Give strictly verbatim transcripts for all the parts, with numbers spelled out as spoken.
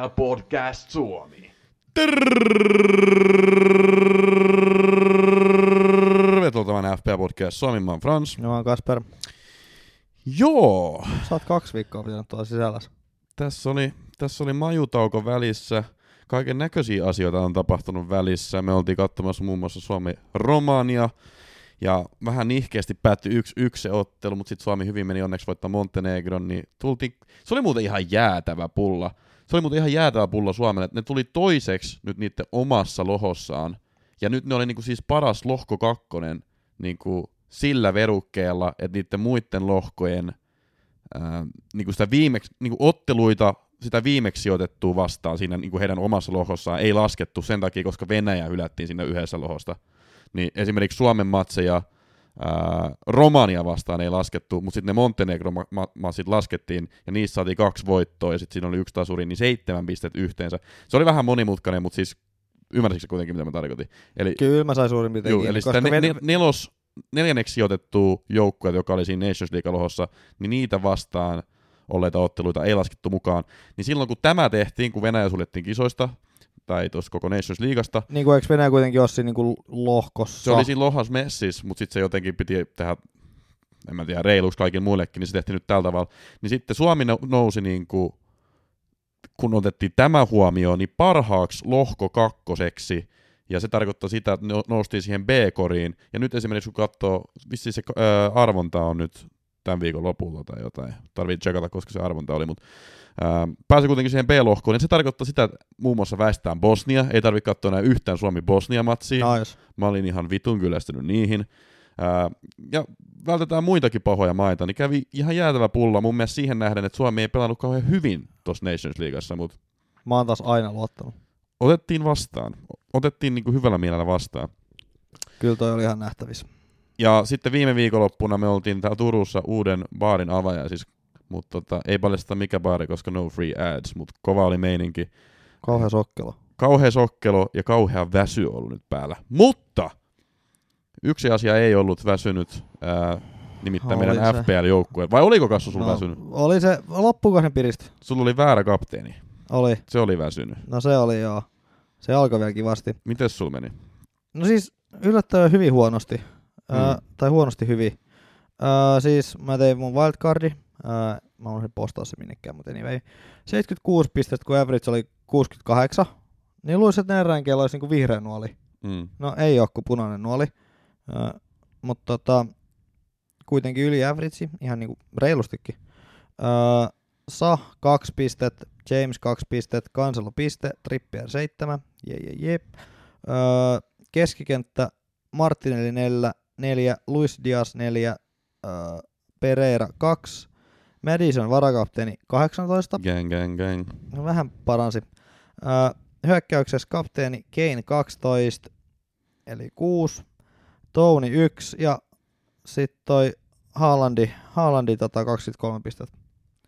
Podcast Suomi. Tervetuloa tämän F P Podcast Suomi, mä oon Frans. No, mä oon Kasper. Joo. Sä oot kaksi viikkoa pitänyt tuolla sisälläs. Tässä oli, tässä oli majutauko välissä. Kaiken näköisiä asioita on tapahtunut välissä. Me oltiin katsomassa muun muassa Suomi-Romania. Ja vähän nihkeästi päättyi yksi yksi se ottelu, mutta sitten Suomi hyvin meni onneksi voittaa Montenegron. Niin tultiin, se oli muuten ihan jäätävä pulla. Se oli muuten ihan jäätävä pulla Suomelle, että ne tuli toiseksi nyt niiden omassa lohossaan. Ja nyt ne oli niinku siis paras lohko kakkonen niinku sillä verukkeella, että niiden muiden lohkojen ää, niinku sitä viimeksi, niinku otteluita, sitä viimeksi sijoitettua vastaan siinä niinku heidän omassa lohossaan ei laskettu sen takia, koska Venäjä hylättiin sinne yhdessä lohosta. Niin esimerkiksi Suomen matseja ää, Romania vastaan ei laskettu, mutta sitten ne Montenegro-matsit ma- laskettiin, ja niissä saatiin kaksi voittoa, ja sitten siinä oli yksi tasuri, niin seitsemän pistettä yhteensä. Se oli vähän monimutkainen, mutta siis ymmärsikö kuitenkin, mitä mä tarkoitin? Eli, Kyllä mä sain suurin piirtein juu, kiinni, eli sitä ne, ne, nelos, neljänneksi sijoitettua joukkueet, joka oli siinä Nations League-lohossa, niin niitä vastaan olleita otteluita ei laskettu mukaan. Niin silloin kun tämä tehtiin, kun Venäjä suljettiin kisoista, tai tuossa koko Nations Leaguesta. Niin kuin eikö Venäjä kuitenkin ole siinä niin lohkossa? Se oli siinä lohas messissä, mutta sitten se jotenkin piti tehdä, en mä tiedä, reiluksi kaikille muillekin, niin se tehtiin nyt tällä tavalla. Niin sitten Suomi nousi, niin kuin, kun otettiin tämä huomioon, niin parhaaksi lohko kakkoseksi, ja se tarkoittaa sitä, että noustiin siihen B-koriin. Ja nyt esimerkiksi kun katsoo, vissiin se ää, arvonta on nyt tämän viikon lopulla tai jotain, tarvii tsekata, koska se arvonta oli, mutta ää, pääsi kuitenkin siihen B-lohkoon, niin se tarkoittaa sitä, että muun muassa väistään Bosnia, ei tarvitse katsoa enää yhtään Suomi-Bosnia-matsia, nice. Mä olin ihan vitun kyllästynyt niihin, ää, ja vältetään muitakin pahoja maita, niin kävi ihan jäätävä pulla mun mielestä siihen nähden, että Suomi ei pelannut kauhean hyvin tuossa Nations Leagueassa, mutta mä oon taas aina luottanut. Otettiin vastaan, otettiin niinku hyvällä mielellä vastaan. Kyllä toi oli ihan nähtävissä. Ja sitten viime viikonloppuna me oltiin täällä Turussa uuden baarin avaaja, siis, mutta tota, ei paljasta mikä baari, koska no free ads, mutta kova oli meininki. Kauhea sokkelo. Kauhea sokkelo ja kauhea väsy ollut nyt päällä. Mutta yksi asia ei ollut väsynyt, ää, nimittäin Oli meidän se. F P L-joukkue. Vai oliko Kassu sulla No, väsynyt? oli se, loppuuko sen piristä? Sulla oli väärä kapteeni. Oli. Se oli väsynyt. No se oli joo. Se alkoi vielä kivasti. Mites sulla meni? No siis yllättävän hyvin huonosti. Mm. Ö, tai huonosti hyvin. Ö, siis mä tein mun wildcardi. Ö, mä unohdin postaa se minnekään, mutta anyway. seitsemänkymmentäkuusi pistettä, kun average oli kuusikymmentäkahdeksan. Niin luulisin, että neljän olisi niinku vihreä nuoli. Mm. No ei oo kuin punainen nuoli. Ö, mutta tota, kuitenkin yli average, ihan niinku reilustikin. Ö, Sa kaksi pistettä, James kaksi pistettä, Kanselo piste, Trippier seitsemän, jee jee jee. Öö, keskikenttä Martinelli neljä, neljä, Luis Diaz neljä, öö, Pereira kaksi, Madison varakapteeni kahdeksantoista, Gang, gang, gang. no vähän paransi. Öö, hyökkäyksessä kapteeni Kane kaksitoista, eli kuusi, Tony yksi ja sitten toi Haalandi, Haalandi tota kaksikymmentäkolme pistettä.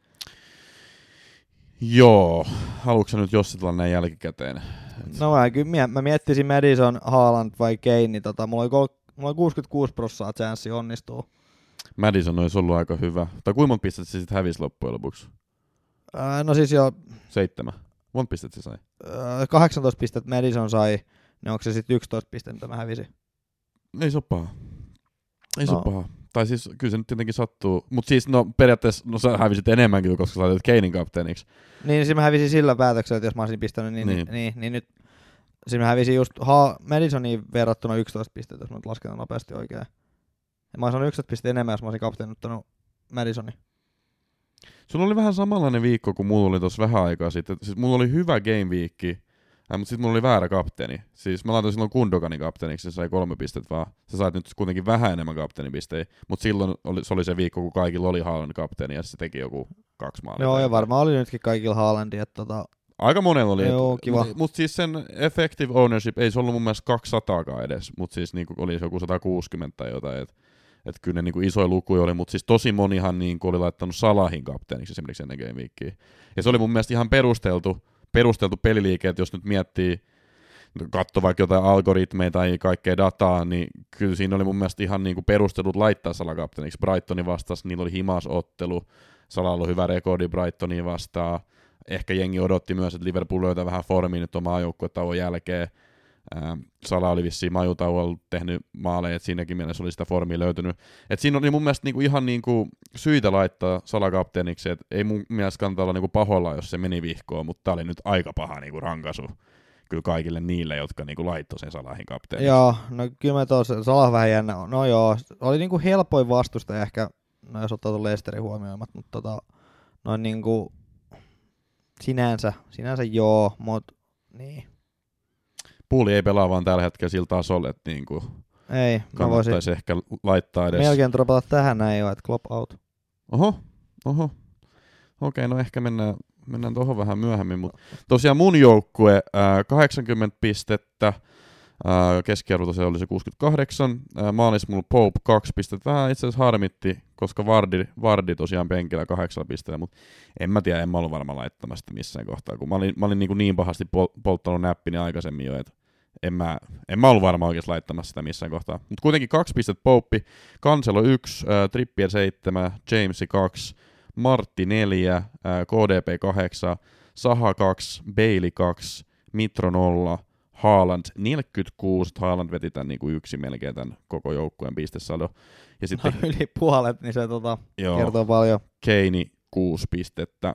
Joo, haluatko sä nyt jossitella näin jälkikäteen? No mä, kyllä, mä miettisin Madison, Haaland vai Kane, niin tota, mulla, oli kol, mulla oli kuusikymmentäkuusi prosenttia chanssi onnistuu. Madison olisi ollut aika hyvä. Tai kuinka monta pistettä se sitten hävisi loppujen lopuksi? Öö, no siis jo Seitsemän. Monta pistettä se sai? öö, kahdeksantoista pistettä Madison sai, niin onko se sitten yksitoista pistettä, mitä mä hävisin? Ei se ole paha. Ei se No. ole paha. Tai siis kyllä se nyt tietenkin sattuu. Mutta siis no periaatteessa no sä hävisit enemmänkin, koska sä laitat Kanein kapteeniksi. Niin, siis mä hävisin sillä päätöksellä, että jos mä olisin pistänyt, niin, Niin. niin. niin, niin nyt siis mä hävisin just ha- Madisoniin verrattuna yksitoista pistettä, jos mä nyt lasken nopeasti oikein. Ja mä olisin saanut yksitoista pistettä enemmän, jos mä olisin kapteenuttanut Madisonin. Sulla oli vähän samanlainen viikko kuin mulla oli tuossa vähän aikaa sitten. Siis mulla oli hyvä game weekki, äh, mutta sitten mulla oli väärä kapteeni. Siis mä laitoin silloin Gundoganin kapteeniksi, se sai kolme pistettä vaan. Sä sait nyt kuitenkin vähän enemmän kapteenipistejä, mutta silloin oli, se oli se viikko, kun kaikilla oli Haaland kapteeni ja se teki joku kaksi maalia. Joo, ja varmaan oli nytkin kaikilla Haalandi, että tota, Aika monella oli. Joo, kiva. Mutta mut siis sen effective ownership, ei se ollut mun mielestä kaksisataa edes, mutta siis niinku oli se joku sata kuusikymmentä tai jotain. Että et kyllä ne niinku isoja lukuja oli, mutta siis tosi monihan niinku oli laittanut Salahin kapteeniksi esimerkiksi ennen game weekia. Ja se oli mun mielestä ihan perusteltu, perusteltu peliliike, että jos nyt miettii, katso vaikka jotain algoritmeja tai kaikkea dataa, niin kyllä siinä oli mun mielestä ihan niinku perustelut laittaa Salah kapteeniksi. Brightonin vastasi, niillä oli himas ottelu, Salahlla on hyvä rekordi Brightonia vastaan. ehkä jengi odotti myös, että Liverpool löytää vähän formia nyt omaa joukkuetauon jälkeen. Ää, Salah oli vissiin majutauolla tehnyt maaleja, että siinäkin mielessä oli sitä formia löytynyt. Et siinä oli mun mielestä niinku ihan niinku syitä laittaa Salah kapteeniksi, että ei mun mielestä kannata olla niinku pahoilla, jos se meni vihkoon, mutta tää oli nyt aika paha niinku rankaisu kyllä kaikille niille, jotka niinku laittoi sen Salahin kapteeniksi. Joo, no kyllä mä tuossa Salah vähän jännä. No joo, oli niinku helpoin vastusta ehkä, no jos ottaa tuon Leicesterin huomioimat, mutta tota, noin niinku sinänsä, sinänsä joo, mut niin. Puuli ei pelaa vaan tällä hetkellä sillä tasolla, että niinku ei, kannattaisi voisin ehkä laittaa edes. Melkein dropata tähän näin jo, että Klopp out. Oho, oho. Okei, no ehkä mennään, mennään tuohon vähän myöhemmin, mutta tosiaan mun joukkue ää, kahdeksankymmentä pistettä, ää, keskiarvo tosiaan oli se kuusikymmentäkahdeksan, ää, maalis mulla Pope kaksi pistettä, vähän itse asiassa harmitti, koska Vardi, Vardi tosiaan penkillä kahdeksalla pisteellä, mutta en mä tiedä, en mä ollut varmaan laittamassa sitä missään kohtaa, kun mä olin, mä olin niin, niin pahasti pol- polttanut näppini aikaisemmin jo, että en mä, en mä ollut varmaan oikeasti laittamassa sitä missään kohtaa. Mutta kuitenkin kaksi pistettä Pope, Cancelo yksi, äh, Trippier seitsemän, Jamesi kaksi, Martti neljä, äh, K D P kahdeksan, Saha kaksi, Bailey kaksi, Mitro nolla, Haaland neljäkymmentäkuusi, Haaland veti tämän niinku yksi melkein tämän koko joukkueen pistesaldo. Ja sitten no, yli puolet, niin se tota, joo, kertoo paljon. Keini kuusi pistettä.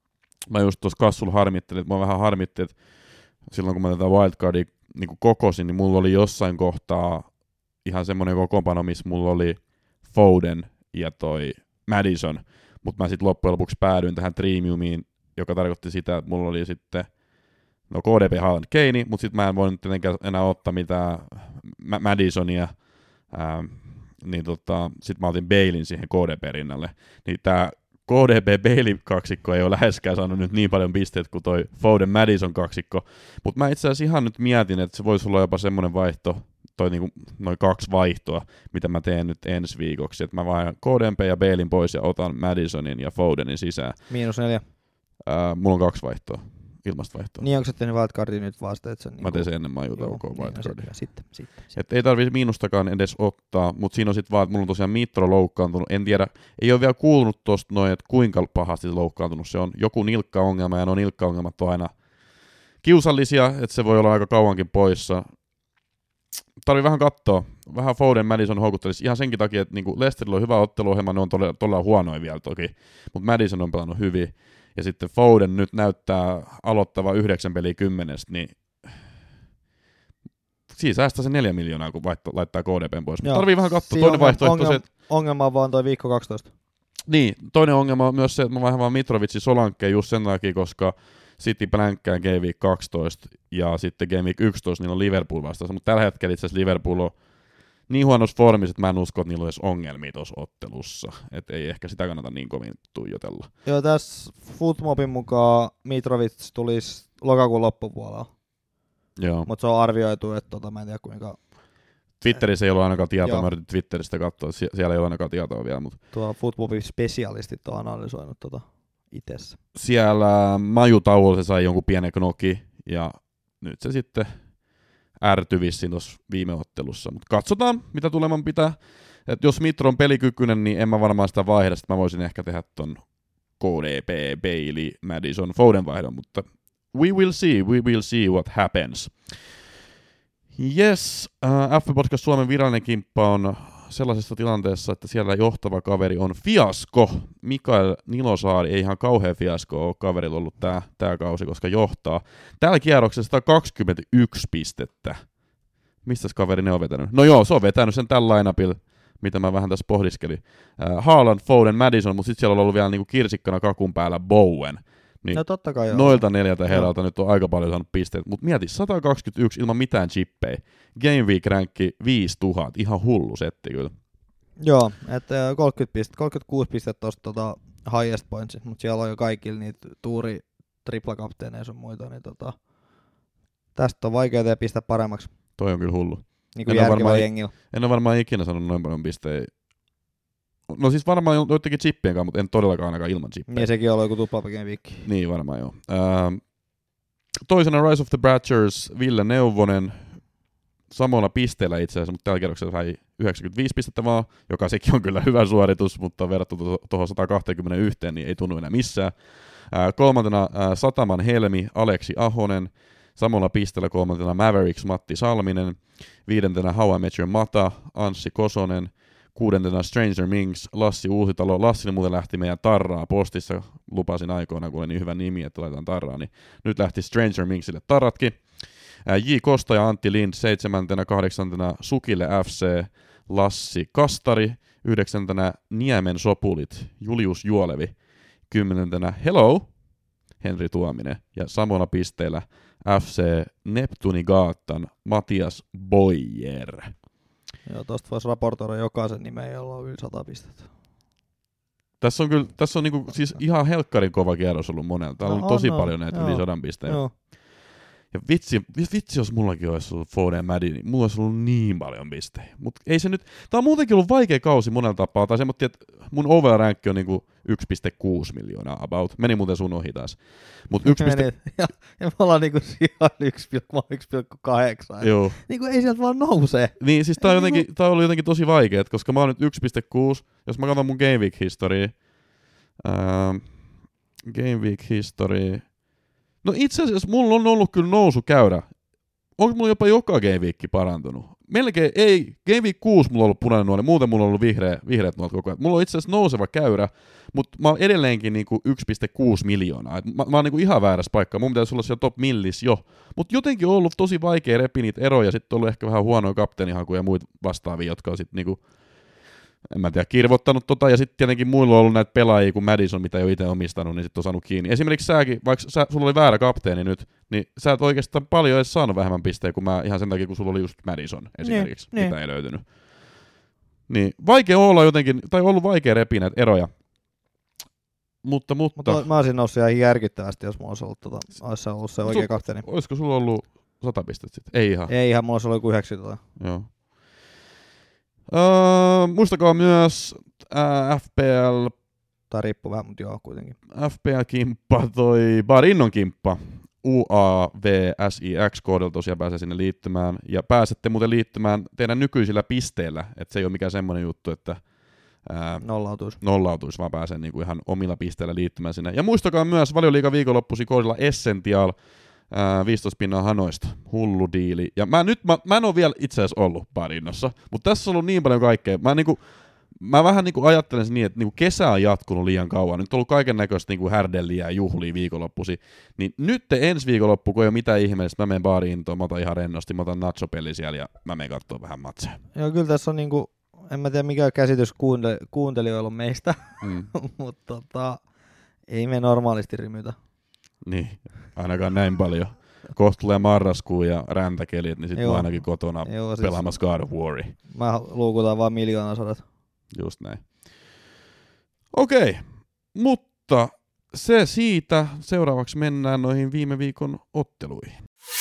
Mä just tuossa kassulla harmittelin, että mä vähän harmittelin, että silloin kun mä tätä wildcardia niin kokosin, niin mulla oli jossain kohtaa ihan semmoinen kokoonpano, missä mulla oli Foden ja toi Madison, mutta mä sitten loppujen lopuksi päädyin tähän Premiumiin, joka tarkoitti sitä, että mulla oli sitten no K D P, Haaland, Keini, mutta sitten mä en voinut tietenkään enää ottaa mitään Ma- Madisonia, ää, niin tota, sitten mä otin Balein siihen K D P-rinnalle, niin tää K D P-Bailey-kaksikko ei ole läheskään saanut nyt niin paljon pisteet kuin toi Foden-Madison-kaksikko, mutta mä itse asiassa ihan nyt mietin, että se voisi olla jopa semmoinen vaihto, toi niinku, noin kaksi vaihtoa, mitä mä teen nyt ensi viikoksi, että mä vaihdan K D P ja Balein pois ja otan Madisonin ja Fodenin sisään. Miinus neljä. Ää, mulla on kaksi vaihtoa, ilmasta vaihtoa. Niin onko sä tehnyt wildcardia nyt vasta, että se niinku... Mä tein sen ennen majutaukoa niin, wildcardia. No, sitten, sitten, sitten. Et ei tarvitse miinustakaan edes ottaa, mutta siinä on sitten vaan, että mulla on tosiaan Mitro loukkaantunut. En tiedä, ei ole vielä kuulunut tosta noin, että kuinka pahasti se loukkaantunut se on. Joku nilkkaongelma, ja nuo nilkkaongelmat on aina kiusallisia, että se voi olla aika kauankin poissa. Tarvii vähän katsoa. Vähän Foden, Madison houkuttelisi ihan senkin takia, että niinku Leicesterillä on hyvä otteluohjelma, ne on todella, todella huonoja vielä toki, mutta Madison on pelannut hyvin. Ja sitten Foden nyt näyttää aloittava yhdeksän peliä kymmenestä, niin siinä säästää se neljä miljoonaa, kun vaihto, laittaa K D P:n pois. Mutta tarvii vähän katsoa. Toinen vaihtoehto ongelma, se, että... Ongelma on vaan toi viikko kaksitoista. Niin, toinen ongelma on myös se, että mä vaihdan vaan Mitrovicin Solankkeen just sen takia, koska City plänkkää Game Week kaksitoista ja sitten Game Week yksitoista niillä on Liverpool vastaansa. Mutta tällä hetkellä itse asiassa Liverpool on niin huonossa formissa, että mä en usko, että niillä on edes ongelmia tuossa ottelussa. Että ei ehkä sitä kannata niin kovin tuijotella. Joo, tässä Footmobin mukaan Mitrovic tulisi lokakuun loppupuolella. Joo. Mutta se on arvioitu, että tota, mä en tiedä kuinka... Twitterissä ei ole ainakaan tietoa, Joo. mä yritin Twitteristä katsoa, siellä ei ole ainakaan tietoa vielä. Mutta tuo Footmobin spesialistit on analysoinut tota itessä. Siellä majutauolla se sai jonkun pienen knoki, ja nyt se sitten ärtyi vissiin tuossa viime ottelussa. Mutta katsotaan, mitä tuleman pitää. Et jos Mitro on pelikykyinen, niin en mä varmaan sitä vaihda. Sitten mä voisin ehkä tehdä ton K D P, Bailey, Madison, Foden vaihdon, mutta we will see, we will see what happens. Yes, uh, F Podcast Suomen virallinen kimppa on sellaisessa tilanteessa, että siellä johtava kaveri on fiasko. Mikael Nilosaari ei ihan kauhean fiasko ole kaverilla ollut tää, tää kausi, koska johtaa. Tällä kierroksessa sata kaksikymmentäyksi pistettä. Mistäs kaveri ne on vetänyt? No joo, se on vetänyt sen tällä lineupilla, mitä mä vähän tässä pohdiskelin. Uh, Haaland, Foden, Madison, mutta sitten siellä on ollut vielä niinku kirsikkana kakun päällä Bowen. Niin no totta kai joo. Noilta neljältä herralta nyt on aika paljon saanut pisteet, mutta mieti, sata kaksikymmentäyksi ilman mitään chippejä. Game Week rankki viisituhatta, ihan hullu setti kyllä. Joo, että kolmekymmentä pistettä, kolmekymmentäkuusi pistettä tuosta tota highest points, mutta siellä on jo kaikilla niitä tuuri triplakapteeneja sun muita, niin tota, tästä on vaikea pistää paremmaksi. Toi on kyllä hullu. Niin kuin järkevä jengillä. En ole varmaan ikinä sanonut noin paljon pisteitä. No siis varmaan joidenkin chippien kanssa, mutta en todellakaan ainakaan ilman chippejä. Niin sekin on ollut joku tuplapakeen viikki. Niin varmaan joo. Ähm, toisena Rise of the Bradgers, Ville Neuvonen, samoilla pisteillä itse asiassa, mutta tällä kerroksella sai yhdeksänkymmentäviisi pistettä vaan, joka sekin on kyllä hyvä suoritus, mutta verrattuna tuohon sata kaksikymmentäyksi, niin ei tunnu enää missään. Ää, kolmantena ää, Sataman Helmi, Aleksi Ahonen. Samalla pisteellä kolmantena Mavericks, Matti Salminen. Viidentenä How I Met Your Mata, Anssi Kosonen. Kuudentena Stranger Minks, Lassi Uusitalo. Lassi muuten lähti meidän Tarraa postissa. Lupasin aikoina, kun oli niin hyvä nimi, että laitetaan Tarraa. Niin nyt lähti Stranger Minksille Tarratkin. J. Kosta ja Antti Lind seitsemäntenä, kahdeksantena Sukille F C, Lassi Kastari. Yhdeksäntenä Niemen Sopulit, Julius Juolevi. Kymmenentenä Hello, Henri Tuominen. Ja samoilla pisteillä F C Neptuni Gaattan, Matias Boyer. Joo, tosta voisi raportoida jokaisen nimeen, jolla on yli sata pistettä. Tässä on kyllä, tässä on niinku, siis ihan helkkarin kova kierros ollut monelta. Täällä on, No, on tosi on, paljon näitä joo. yli sadan pisteen. Joo. Ja vitsi, vitsi, jos mullakin olisi ollut Foden Maddy, niin mulla olisi ollut niin paljon pistejä. Mut ei se nyt, tää on muutenkin ollut vaikea kausi monella tapaa. Tai semmoinen, että mun overrankki on niinku yksi pilkku kuusi miljoonaa about. Meni muuten sun ohi taas. Mut yksi Meni, ja, ja me ollaan niinku sijaan yksi pilkku kahdeksan. Joo. Niinku ei sieltä vaan nousee. Niin, siis tää, on jotenkin, tää oli jotenkin tosi vaikeet, koska mä oon nyt yksi pilkku kuusi. Jos mä katson mun Game Week History. Ähm, Game Week History. No itse asiassa mulla on ollut kyllä nousu käydä. Onko mulla jopa joka Game Week parantunut? Melkein ei. Game Week kuusi mulla on ollut punainen nuoli, muuten mulla on ollut vihreä, vihreät nuolet koko ajan. Mulla on itse asiassa nouseva käyrä, mutta mä oon edelleenkin niinku yksi pilkku kuusi miljoonaa. Et mä, mä oon niinku ihan väärässä paikkaa. Mun pitäisi olla siellä top millis jo. Mutta jotenkin on ollut tosi vaikea repi niitä eroja. Sitten on ollut ehkä vähän huonoja kapteenihakuja ja muita vastaavia, jotka on sitten niinku, en mä tiedä, kirvottanut tota, ja sitten tietenkin muilla on ollut näitä pelaajia kuin Madison, mitä ei ole itse omistanut, niin sitten on saanut kiinni. Esimerkiksi säkin, vaikka sä, sulla oli väärä kapteeni nyt, niin sä et oikeastaan paljon edes saanut vähemmän pistejä kuin mä, ihan sen takia, kun sulla oli just Madison esimerkiksi, niin, mitä niin. ei löytynyt. Niin, vaikea olla jotenkin, tai ollut vaikea repiä näitä eroja. Mutta, mutta... Mutta mä olisin noussut ihan järkyttävästi, jos mulla olisi ollut, tota, olisi ollut se oikea kapteeni. Olisiko sulla ollut sata pistettä sitten? Ei ihan. Ei ihan, mulla olisi ollut joku yhdeksänkymmentä. Joo. Öö, muistakaa myös äh, F P L, Tai riippuu vähän, mutta joo kuitenkin. F P L-kimppa, toi Barinnon kimppa, U A V S I X-koodilla tosiaan pääsee sinne liittymään, ja pääsette muuten liittymään teidän nykyisillä pisteillä, että se ei ole mikään semmoinen juttu, että ää, Nollautuisi. nollautuisi, vaan pääsee niinku ihan omilla pisteillä liittymään sinne. Ja muistakaa myös Valioliigan viikonloppuisin koodilla Essential, Ää, viisitoista pinnaa hanoista, hullu diili. Ja mä, nyt, mä, mä en ole vielä itse asiassa ollut Barinnossa, mutta tässä on ollut niin paljon kaikkea. Mä, niinku, mä vähän niinku ajattelen niin, että niinku kesä on jatkunut liian kauan. Nyt on ollut kaiken näköistä niinku härdelliä ja juhlia viikonloppuisin. Niin nyt te ensi viikonloppu, kun ei ole mitään ihmeellistä, mä menen Barintoon, mä otan ihan rennosti, mä otan nachopeli siellä ja mä menen katsoa vähän matseja. Joo, kyllä tässä on niinku, en mä tiedä mikä käsitys kuunteli- kuuntelijoilla on meistä, Mm. mutta tota, ei me normaalisti rymytä. Niin, ainakaan näin paljon. Kohta tulee marraskuu ja räntäkelit, niin sitten mä ainakin kotona Joo, siis pelaamassa God of War. mä luukutan vaan miljoonaa sadat. Just näin. Okei, mutta se siitä. Seuraavaksi mennään noihin viime viikon otteluihin.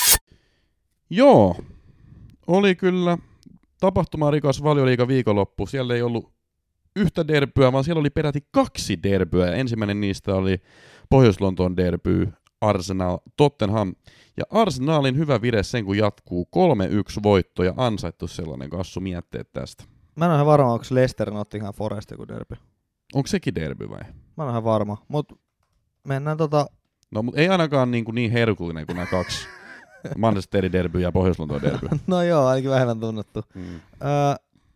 Joo, oli kyllä tapahtumarikas Valioliigan viikonloppu. Siellä ei ollut yhtä derbyä, vaan siellä oli peräti kaksi derbyä. Ja ensimmäinen niistä oli Pohjois-Lontoon derby, Arsenal Tottenham. Ja Arsenalin hyvä vire sen, kun jatkuu kolme yksi voitto ja ansaittu sellainen. Kassu mietteet tästä. Mä en ole ihan varma, onko Leicester Nottingham Forest joku derby. Onko sekin derby vai? Mä en ole ihan varma, mut mennään tota... No, mutta ei ainakaan niin, kuin niin herkullinen kuin nämä kaksi. Manchesterin derby ja Pohjois-Lontoon derby. No joo, ainakin vähemmän tunnettu. Mm. Öö,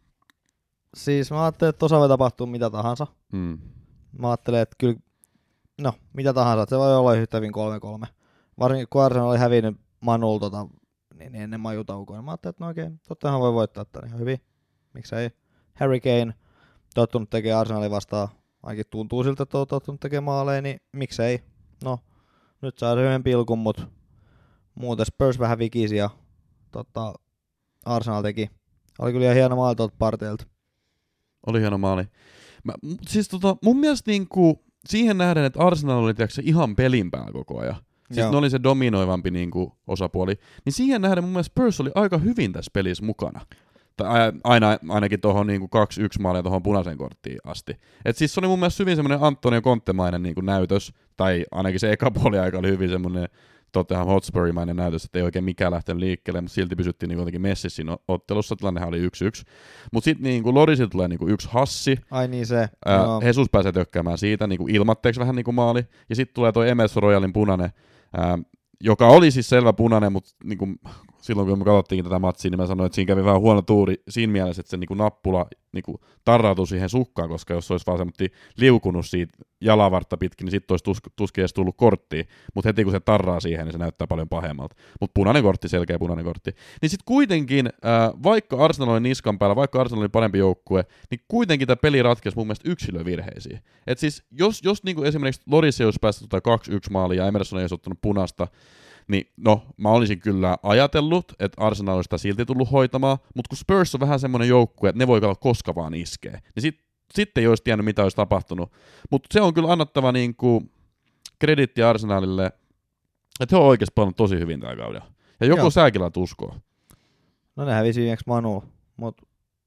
siis mä ajattelin, että tuossa voi tapahtua mitä tahansa. Mm. Mä ajattelin, että kyllä, no mitä tahansa, että se voi olla yhtä hyvin kolme kolme. Varsinkin kun Arsenal oli hävinnyt Manulla tota, niin ennen majutaukoa, niin mä ajattelin, että no oikein, tottahan voi voittaa tämän ihan hyvin. Miksei? Harry Kane, tottunut tekemään Arsenalin vastaan, ainakin tuntuu siltä, että on tottunut tekemään maaleja, niin miksei? No, nyt saa yhden pilkun, mutta muuten Spurs vähän vikisi ja tota, Arsenal teki. Oli kyllä ihan hieno maali tuolta parteilta. Oli hieno maali. Mä, siis tota, mun mielestä niinku, siihen nähden, että Arsenal oli tiiäksä, ihan pelin päällä koko ajan. Siis Joo. ne oli se dominoivampi niinku, osapuoli. Niin siihen nähden mun mielestä Spurs oli aika hyvin tässä pelissä mukana. Tai aina, ainakin tuohon niinku kaksi yksi maalia tuohon punaisen korttiin asti. Et siis se oli mun mielestä hyvin semmoinen Antonio Conte-mainen niinku näytös. Tai ainakin se eka puoli aika oli hyvin semmoinen Tottenham Hotspurimainen näytös, että ei oikein mikään lähtenyt liikkeelle, mutta silti pysyttiin niin jotenkin messissä siinä ottelussa, tilannehan oli yksi yksi. Mutta sitten niin Lorisilta tulee niin yksi hassi, Ai niin se. ää, No. Jesus pääsee tökkäämään siitä niin ilmatteeksi vähän niin kuin maali, ja sitten tulee toi Emerson Royalin punainen, ää, joka oli siis selvä punainen, mutta niin kuin silloin kun me katsottiin tätä matsia, niin mä sanoin, että siinä kävi vähän huono tuuri siinä mielessä, että se niin kuin nappula niin kuin tarrautui siihen sukkaan, koska jos se olisi vaan semmoinen liukunut siitä jalavartta pitkin, niin sitten olisi tus- tuskin edes tullut korttiin, mutta heti kun se tarraa siihen, niin se näyttää paljon pahemmalta. Mutta punainen kortti, selkeä punainen kortti. Niin sitten kuitenkin, äh, vaikka Arsenal oli niskan päällä, vaikka Arsenal oli parempi joukkue, niin kuitenkin tämä peli ratkesi mun mielestä yksilövirheisiin. Et siis jos, jos niin kuin esimerkiksi Loris olisi päässyt tota kaksi yksi maalia ja Emerson ei olisi ottanut punasta, niin no, mä olisin kyllä ajatellut, että Arsenal olisi sitä silti tullut hoitamaan, mutta kun Spurs on vähän semmoinen joukkue, että ne voi olla koska vaan iskee, niin sit, sitten ei olisi tiennyt, mitä olisi tapahtunut. Mutta se on kyllä annettava niinku krediitti Arsenalille, että he on oikeasti pelannut tosi hyvin tällä kaudella. Ja joku säkin laat uskoo. No ne hävisi viimeksi Manuun, mut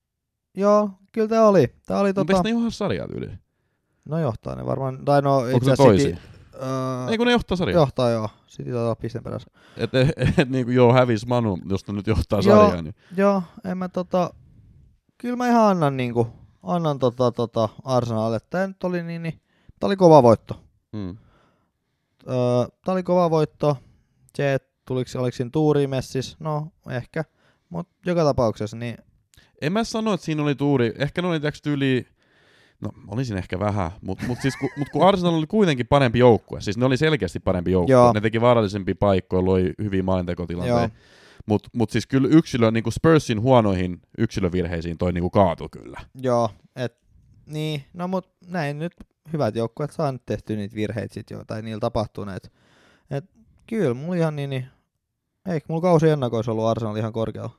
joo, kyllä tää oli. Tää oli Mutta tota... eikö ne johda sarjaa yli? No johtaa ne varmaan, tai no Onko itse se asiassa toisin? City, öö, Ei kun ne johtaa sarjaa. johtaa joo, City taitaa olla pisteen perässä. Että et, et, niinku joo hävis Manu, jos ne nyt johtaa Joo. sarjaa. Niin. Joo, en mä tota, kyllä mä ihan annan niinku, annan tota tota Arsenalille, tää nyt oli niin, niin tää oli kova voitto. Mm. Öö, tää oli kova voitto, se, että tuliko, oliko siinä tuuriin messissä, no ehkä, mut joka tapauksessa niin. En mä sano, että siinä oli tuuri. Ehkä ne oli tiiäks tyyli, no olisin ehkä vähän, mutta mut siis, ku, mut kun Arsenal oli kuitenkin parempi joukkue, siis ne oli selkeästi parempi joukkue, Joo. ne teki vaarallisempia paikkoja, loi hyviä maalintekotilanteita, Joo. mutta mut siis kyllä yksilö, niin kuin Spursin huonoihin yksilövirheisiin toi niin kaatui kyllä. Joo, et, niin, no mut näin nyt hyvät joukkueet saa nyt tehtyä niitä virheitä sit jo, tai niillä tapahtuu näitä. Et kyllä, mulla ihan niin, niin eikö mulla kausi ennakoissa ollut Arsenal ihan korkealla?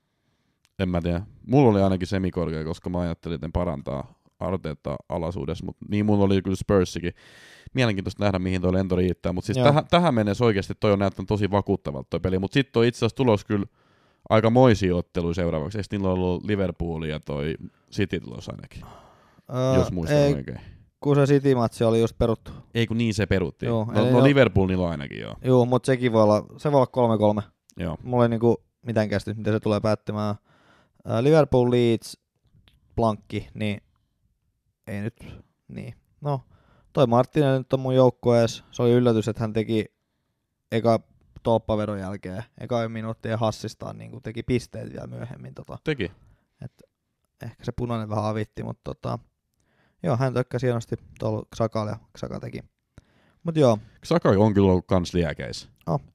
En mä tiedä. Mulla oli ainakin semikorkea, koska mä ajattelin, että ne parantaa Arteetta alaisuudessa, mutta niin mulla oli kyllä Spursikin. Mielenkiintoista nähdä, mihin toi lento riittää, mutta siis tähän, tähän mennessä oikeasti toi on näyttänyt tosi vakuuttavalta toi peli, mutta sitten toi itse asiassa tulos kyllä aika moisia otteluja seuraavaksi. Eikö niillä on ollut Liverpool ja toi City tulos ainakin, Öö, jos muistan ei, oikein. kun se City-matsi oli just peruttu. Ei kun niin se peruttiin. Joo, no, eli no no- Liverpool niillä on ainakin joo. Joo, mutta sekin voi olla, se voi olla kolme kolme. joo. Mulla ei niinku mitään käsitys, miten se tulee päättymään. Ää, Liverpool, Leeds, Blankki, niin ei nyt, niin. No, toi Martinelli nyt on mun joukkueessa. Se oli yllätys, että hän teki eka tolppavedon jälkeen, eka minuuttien hassistaan, niin kuin teki pisteet vielä myöhemmin. Tota. Teki. Et ehkä se punainen vähän avitti, mutta tota, joo, hän tökkäsi hienosti tuolla Xakalla ja Xaka teki. Mut joo. Saka on kyllä ollut kans liäkeissä.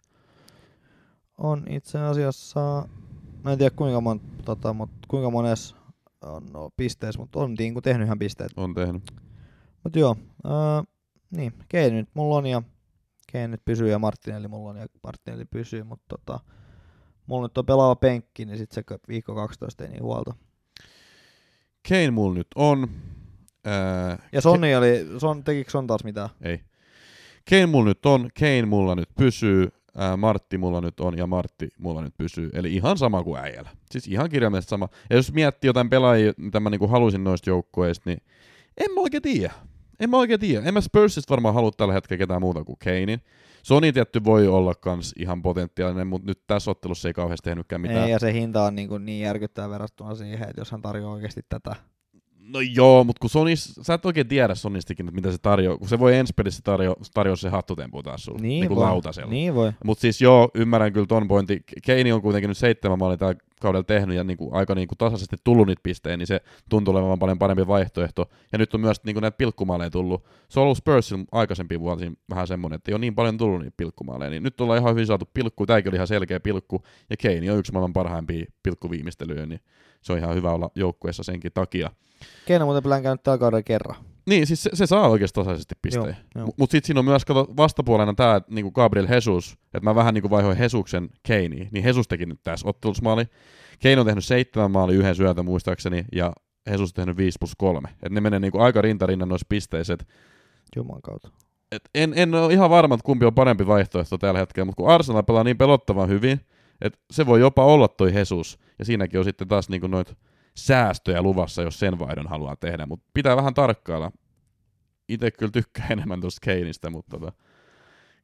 On itse asiassa, mä en tiedä kuinka, mon, tota, mut kuinka monessa on no, pisteessä, mutta on niin kuin tehnyt ihan pisteet. On tehnyt. Mut joo, ää, niin, Kane nyt mulla on ja Kane nyt pysyy ja Martinelli mulla on ja Martinelli pysyy, mutta tota, mulla nyt on pelaava penkki, niin sit se viikko kaksitoista ei niin huolta. Kane mulla nyt on. Ää, Ja Sonni oli, Son, tekikö Son taas mitään? Ei. Kane mulla nyt on, Kane mulla nyt pysyy, ää, Martti mulla nyt on ja Martti mulla nyt pysyy. Eli ihan sama kuin äijällä. Siis ihan kirjaimellisesti sama. Ja jos miettii jotain pelaajia, mitä mä niinku haluaisin noista joukkueista, niin en mä oikein tiedä. En mä oikein tiedä. En mä Spursista varmaan halua tällä hetkellä ketään muuta kuin Kanein. Sony tietty voi olla kans ihan potentiaalinen, mutta nyt tässä ottelussa ei kauheasti tehnytkään mitään. Ei, ja se hinta on niin, kuin niin järkyttävä verrattuna siihen, että jos hän tarjoaa oikeasti tätä. No joo, mutta kun Sonis, sä et oikein tiedä Sonistikin, että mitä se tarjoaa, kun se voi ensi pelissä tarjoa, tarjoa se hattutempu taas sulle, niin, niin kuin lautasella. Niin voi. Mutta siis joo, ymmärrän kyllä ton pointin. Keini on kuitenkin nyt seitsemän maalia tällä kaudella tehnyt ja niinku aika niinku tasaisesti tullut niitä pisteen, niin se tuntuu olevan paljon parempi vaihtoehto. Ja nyt on myös niinku näitä pilkkumaaleja tullut. Se on ollut Spursin aikaisempi vuosi vähän semmoinen, että ei ole niin paljon tullut niitä pilkkumaaleja. Niin nyt ollaan ihan hyvin saatu pilkku. Tämäkin oli ihan selkeä pilkku. Ja Keini on yksi maailman parhaimpia pilkkuviimeistelyjä, niin se on ihan hyvä olla joukkueessa senkin takia. Keino muuten pelään käynyt tällä kaudella kerran. Niin, siis se, se saa oikeasti tasaisesti pistejä. Mutta sitten siinä on myös kato, vastapuolena tämä niinku Gabriel Jesus, että mä vähän niinku vaihoin Hesuksen Keiniin, niin Jesus teki nyt tässä ottelusmaali. Kane on tehnyt seitsemän maali yhden syötä muistaakseni, ja Jesus on tehnyt viisi plus kolme. Että ne menee niinku aika rintarinnan noissa pisteissä. Juman kautta. Et en, en ole ihan varma, että kumpi on parempi vaihtoehto tällä hetkellä, mutta kun Arsenal pelaa niin pelottavan hyvin, että se voi jopa olla toi Jesus, ja siinäkin on sitten taas niinku noita säästöjä luvassa, jos sen vaihdon haluaa tehdä, mutta pitää vähän tarkkailla. Itse kyllä tykkää enemmän tuosta Kaneista, mutta tota,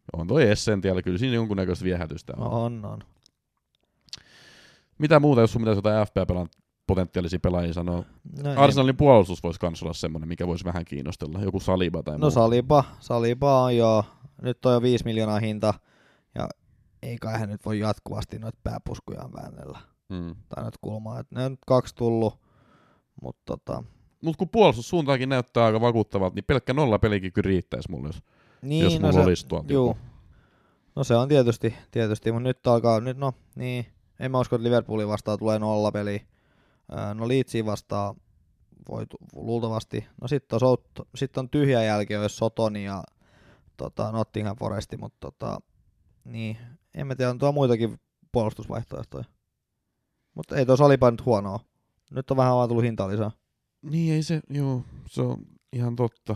On toi Essential, kyllä siinä jonkunnäköistä viehätystä on. On, on. Mitä muuta, jos sun pitäisi jotain F P A-pelaan potentiaalisia pelaajia sanoa? No, Arsenalin puolustus voisi kans olla semmoinen, mikä voisi vähän kiinnostella. Joku Saliba tai muu. No Saliba, Saliba on jo, nyt on jo viisi miljoonaa hinta, ja ei kai hän nyt voi jatkuvasti noita pääpuskujaan väännellä. Hmm. Tai noita kulmaa, että ne on nyt kaksi tullut, mutta tota... Mut kun puolustussuuntaakin näyttää aika vakuuttavalta, niin pelkkä nolla pelikin kyllä riittäisi mulle, jos, Niin, jos no mulla se, olisi tuolta juu. joku. No se on tietysti, tietysti, mutta nyt alkaa, nyt no niin, en mä usko, että Liverpoolin vastaan tulee nolla peli. No Leedsiin vastaan voi luultavasti, no sitten on, sit on tyhjä jälkeen, jos Sotoni ja tota, Nottingham Foresti, mutta tota, niin, en mä tiedä, on tuo muitakin puolustusvaihtoehtoja. Mutta ei tuo Saliba nyt huonoa. Nyt on vähän vaan tullut hintaa lisää. Niin ei se, joo, se on ihan totta.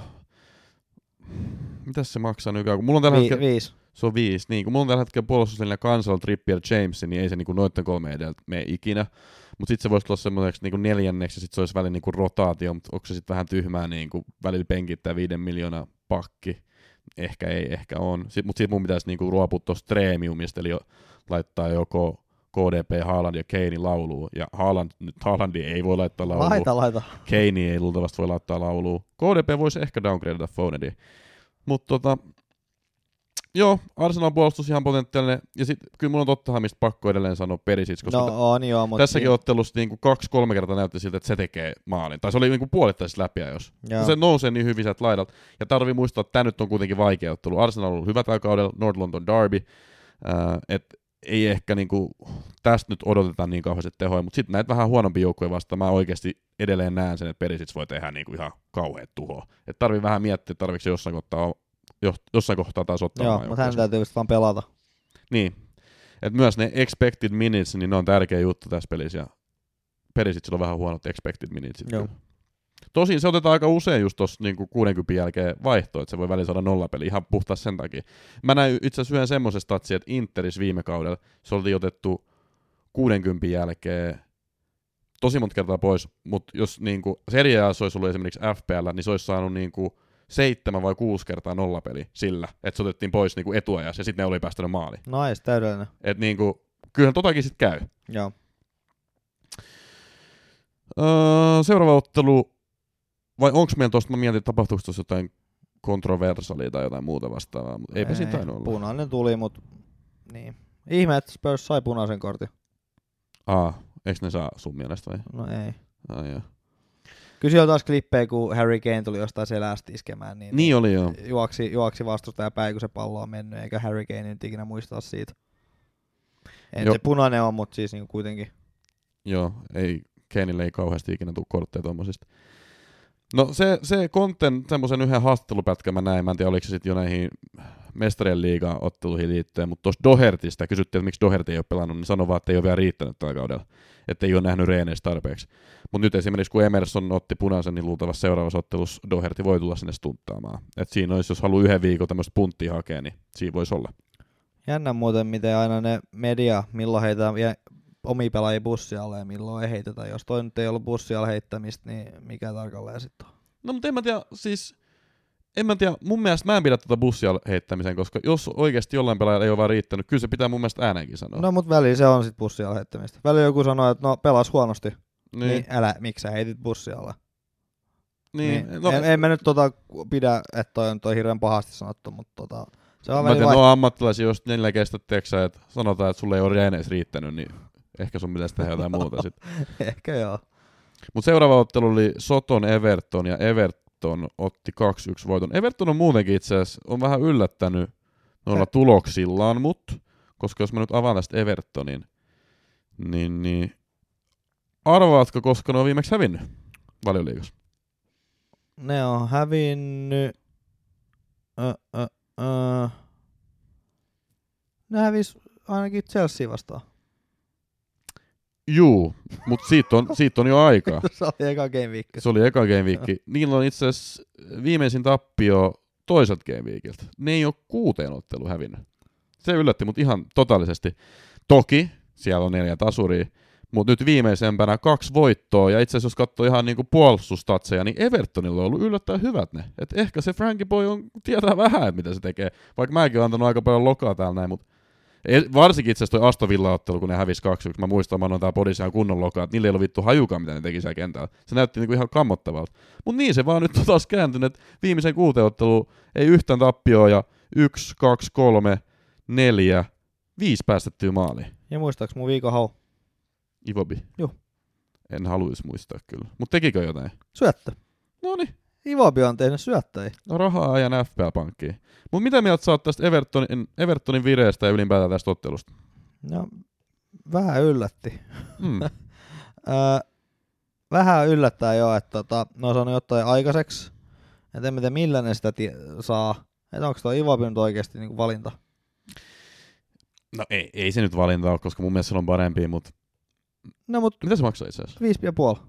Mitäs se maksaa nykyään? Kun mulla on tällä Vi- hetkellä, viisi. se on viisi, niin kun mulla on tällä hetkellä puolustuslinjalla Cancel, Trippier, James, niin ei se niinku noitten kolme edeltä mene ikinä. Mutta sitten se voisi tulla semmoiseksi niinku neljänneksi ja sitten se olisi välillä niinku rotaatio, mutta onko se sitten vähän tyhmää niinku välillä penkittää viiden miljoonaa pakki? Ehkä ei, ehkä on. Sitten, mutta sitten mun pitäisi niinku ruopua tuosta Streamiumista, eli jo, laittaa joko K D P, Haaland ja Kane lauluun. Ja Haaland, nyt Haalandi ei voi laittaa lauluun. Laita, laita. Kane ei luultavasti voi laittaa lauluun. K D P voisi ehkä downgradata Fonedia. Mutta tota, joo, Arsenal puolustus ihan potentiaalinen. Ja sitten kyllä mun on tottahan, mistä pakko edelleen sanoa Perisic, koska No on joo, mutta... tässäkin ottelussa niinku kaksi-kolme kertaa näytti siltä, että se tekee maalin. Tai se oli niinku puolittaisesti läpiä, jos. Se nousee niin hyvin sieltä laidalta. Ja tarvii muistaa, että tämä nyt on kuitenkin vaikea ottelu. Arsenal on ollut hyvä tällä kaudella, North London Derby. Äh, että ei ehkä niinku, tästä nyt odoteta niin kauheasti tehoja, mutta sitten näitä vähän huonompi joukkoja vastaan mä oikeasti edelleen näen sen, että Perisic voi tehdä niinku ihan kauheat tuhoa. Että tarvii vähän miettiä, että tarviiko se jossain kohtaa, jossain kohtaa taas ottaa. Joo, mutta hän täytyy just vaan pelata. Niin, että myös ne expected minutes, niin ne on tärkeä juttu tässä pelissä, ja Perisicillä on vähän huonot expected minutesit. Joo. Tosin se otetaan aika usein just tuossa niinku kuudenkymmenen jälkeen vaihtoon, että se voi välillä saada nollapeli ihan puhtaasti sen takia. Mä näin itse asiassa yhden semmoisen statsin, että Interis viime kaudella se oltiin otettu kuudenkymmenen jälkeen tosi monta kertaa pois, mutta jos niinku Serie A olisi ollut esimerkiksi F P L, niin se olisi saanut niinku seitsemän vai kuusi kertaa nollapeli sillä, että se otettiin pois niinku etuajassa ja sitten ne oli päästänyt maaliin. Nice, täydellinen. Et niinku, kyllähän totakin sitten käy. Joo. Öö, seuraava ottelu, vai onko meillä tuosta, mä mietin, että tapahtuuko tuossa jotain kontroversalia tai jotain muuta vastaavaa, mutta eipä siinä tainnut olla. Punainen tuli, mutta niin. Ihme, että Spurs sai punaisen kortin. Aa, eikö ne saa sun mielestä vai? No ei. Ai joo. Kyllä siellä on taas klippejä, kun Harry Kane tuli jostain selästä iskemään, niin, Niin oli joo. Juoksi, juoksi vastustaja päin, kun se pallo on mennyt, eikä Harry Kane nyt ikinä muistaa siitä. En Joo. se punainen on, mutta siis niin kuitenkin. Joo, ei, Kaneille ei kauheasti ikinä tule kortteja tommosista. No se, se content, semmoisen yhden haastattelupätkän mä näin, mä en tiedä oliko se sitten jo näihin mestarien liigan otteluihin liittyen, mutta tuossa Dohertystä kysyttiin, että miksi Doherty ei ole pelannut, niin sanoi vaan, että ei ole vielä riittänyt tällä kaudella, että ei ole nähnyt reeneistä tarpeeksi. Mutta nyt esimerkiksi kun Emerson otti punaisen, niin luultavasti seuraavassa ottelussa Doherty voi tulla sinne stunttaamaan. Et siinä olisi, jos haluaa yhden viikon tämmöistä punttia hakea, niin siinä voisi olla. Jännä muuten, miten aina ne media, milloin heitä omia pelaajia bussialle ja milloin ei heitetä. Jos toi nyt ei ollut bussialle heittämistä, niin mikä tarkalleen sitten on? No mutta en mä tiedä, siis en mä tiedä, mun mielestä mä en pidä tätä bussia heittämiseen, koska jos oikeasti jollain pelaajalla ei ole vaan riittänyt, kyllä se pitää mun mielestä ääneenkin sanoa. No mut välillä se on sit bussialle heittämistä. Välillä joku sanoo, että no pelas huonosti, niin, niin älä, miksi sä heitit bussialle? niin, Niin. no, En, en mä nyt tota pidä, että toi on toi hirveän pahasti sanottu, mutta tota, se on mä välillä tiedän, vai... no ammattilaisia, jos neljä kestä, teksää, että sanotaan, että sulle ei ole reeneissä riittänyt, niin ehkä sun pitäisi tehdä jotain muuta sitten. Ehkä joo. Mutta seuraava ottelu oli Soton Everton, ja Everton otti kaksi yksi voiton. Everton on muutenkin itse asiassa, on vähän yllättänyt noilla tuloksillaan, mutta koska jos mä nyt avaan tästä Evertonin, niin, niin arvaatko, koska ne on viimeksi hävinnyt Valioliigassa? Ne on hävinnyt... Ö, ö, ö. Ne hävis ainakin Chelsea vastaan. Juu, mutta siitä on, siitä on jo aikaa. Se oli eka game week. Se oli eka game week. Niillä on itse asiassa viimeisin tappio toiselta game weekiltä. Ne ei ole kuuteen otteluun hävinnyt. Se yllätti mut ihan totaalisesti. Toki siellä on neljä tasuria, Mutta nyt viimeisempänä kaksi voittoa, ja itse asiassa jos katsoo ihan niinku puolustustatseja, niin Evertonilla on ollut yllättäen hyvät ne. Et ehkä se Frankie Boy on, tietää vähän, että mitä se tekee. Vaikka mäkin olen antanut aika paljon lokaa täällä näin, mutta varsinkin itse asiassa toi Aston Villa-ottelu, kun ne hävisi kaksi yksi. Mä muistan, mä annoin täällä podissa ihan kunnon lokaa, että niillä ei ollut vittu hajukaan, mitä ne teki siellä kentällä. Se näytti niinku ihan kammottavalta. Mutta niin se vaan nyt on taas kääntynyt, että viimeisen kuuteen otteluun ei yhtään tappioa, ja yksi, kaksi, kolme, neljä, viisi päästettyä maaliin. Ja muistaaks mun viikon hau? Iwobi? Joo. En haluaisi muistaa kyllä. Mutta tekikö jotain? Syöttö. Noniin. Iwobi on tehnyt syöttöjä. No rahaa ajan F P L-pankkiin. Mutta mitä mieltä sä oot tästä Evertonin, Evertonin vireestä ja ylipäätään tästä ottelusta? No, vähän yllätti. Mm. Öö, vähän yllättää jo, että tota, ne on saanut jotain aikaiseksi. Et en tiedä millä ne sitä tie- saa. Että onko tuo Iwobi nyt oikeasti niinku valinta? No ei, ei se nyt valinta ole, koska mun mielestä se on parempi, mutta No mut mitä se maksaa itse asiassa? viisi ja puoli.